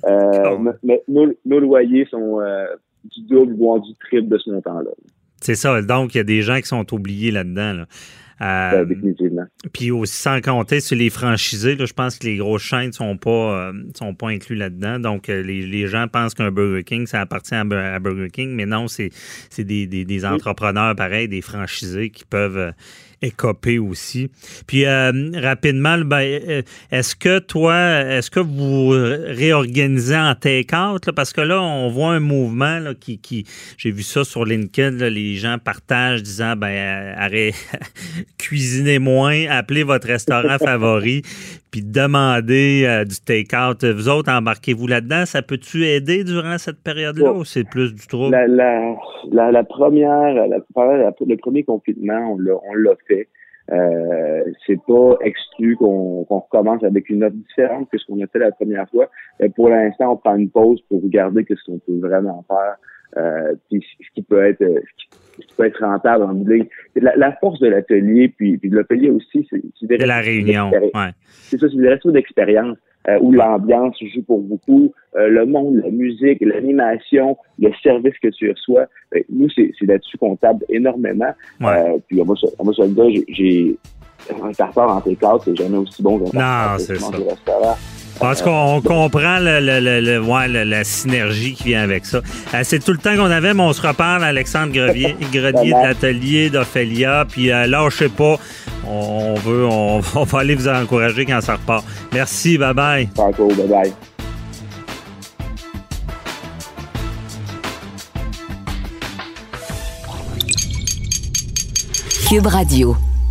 euh, mais, nos, nos loyers sont euh, du double, voire du triple de ce montant-là. C'est ça. Donc, il y a des gens qui sont oubliés là-dedans. Là. Euh, définitivement. Puis aussi, sans compter sur les franchisés, là, je pense que les grosses chaînes ne sont pas, euh, sont pas inclus là-dedans. Donc, euh, les, les gens pensent qu'un Burger King, ça appartient à, à Burger King, mais non, c'est, c'est des, des, des entrepreneurs pareils, des franchisés qui peuvent euh, écoper aussi. Puis, euh, rapidement, ben, est-ce que toi, est-ce que vous réorganisez en take-out? Là, parce que là, on voit un mouvement là, qui, qui, j'ai vu ça sur LinkedIn, là, les gens partagent disant, ben, arrête, cuisinez moins, appelez votre restaurant favori, puis demandez euh, du take-out. Vous autres, embarquez-vous là-dedans. Ça peut-tu aider durant cette période-là oh. ou c'est plus du trouble? La, la, la, la première, la, la, le premier confinement, on l'a, on l'a fait. Euh, c'est pas exclu qu'on, qu'on recommence avec une offre différente que ce qu'on a fait la première fois. Mais pour l'instant, on prend une pause pour regarder ce qu'on peut vraiment faire. Euh, puis ce qui peut être ce qui, ce qui peut être rentable en ligne. La, la force de l'atelier, puis, puis de l'atelier aussi, c'est, c'est des de la réunion. Ouais. C'est ça, c'est des restos d'expérience euh, où l'ambiance joue pour beaucoup, euh, le monde, la musique, l'animation, le service que tu reçois. Euh, nous, c'est, c'est là-dessus qu'on table énormément. Ouais. Euh, puis on va, on va se le dire, j'ai, j'ai un tartare en take-out, c'est jamais aussi bon qu'un tartare. Non, c'est ça. Restaurant. Parce qu'on comprend le, le, le, le, ouais, le, la synergie qui vient avec ça. Euh, c'est tout le temps qu'on avait, mais on se reparle, Alexandre Grenier, Grenier de l'atelier d'Ophélia. Puis euh, lâchez pas, on veut, on, on va aller vous encourager quand ça repart. Merci, bye-bye. Bye-bye. Cube Radio.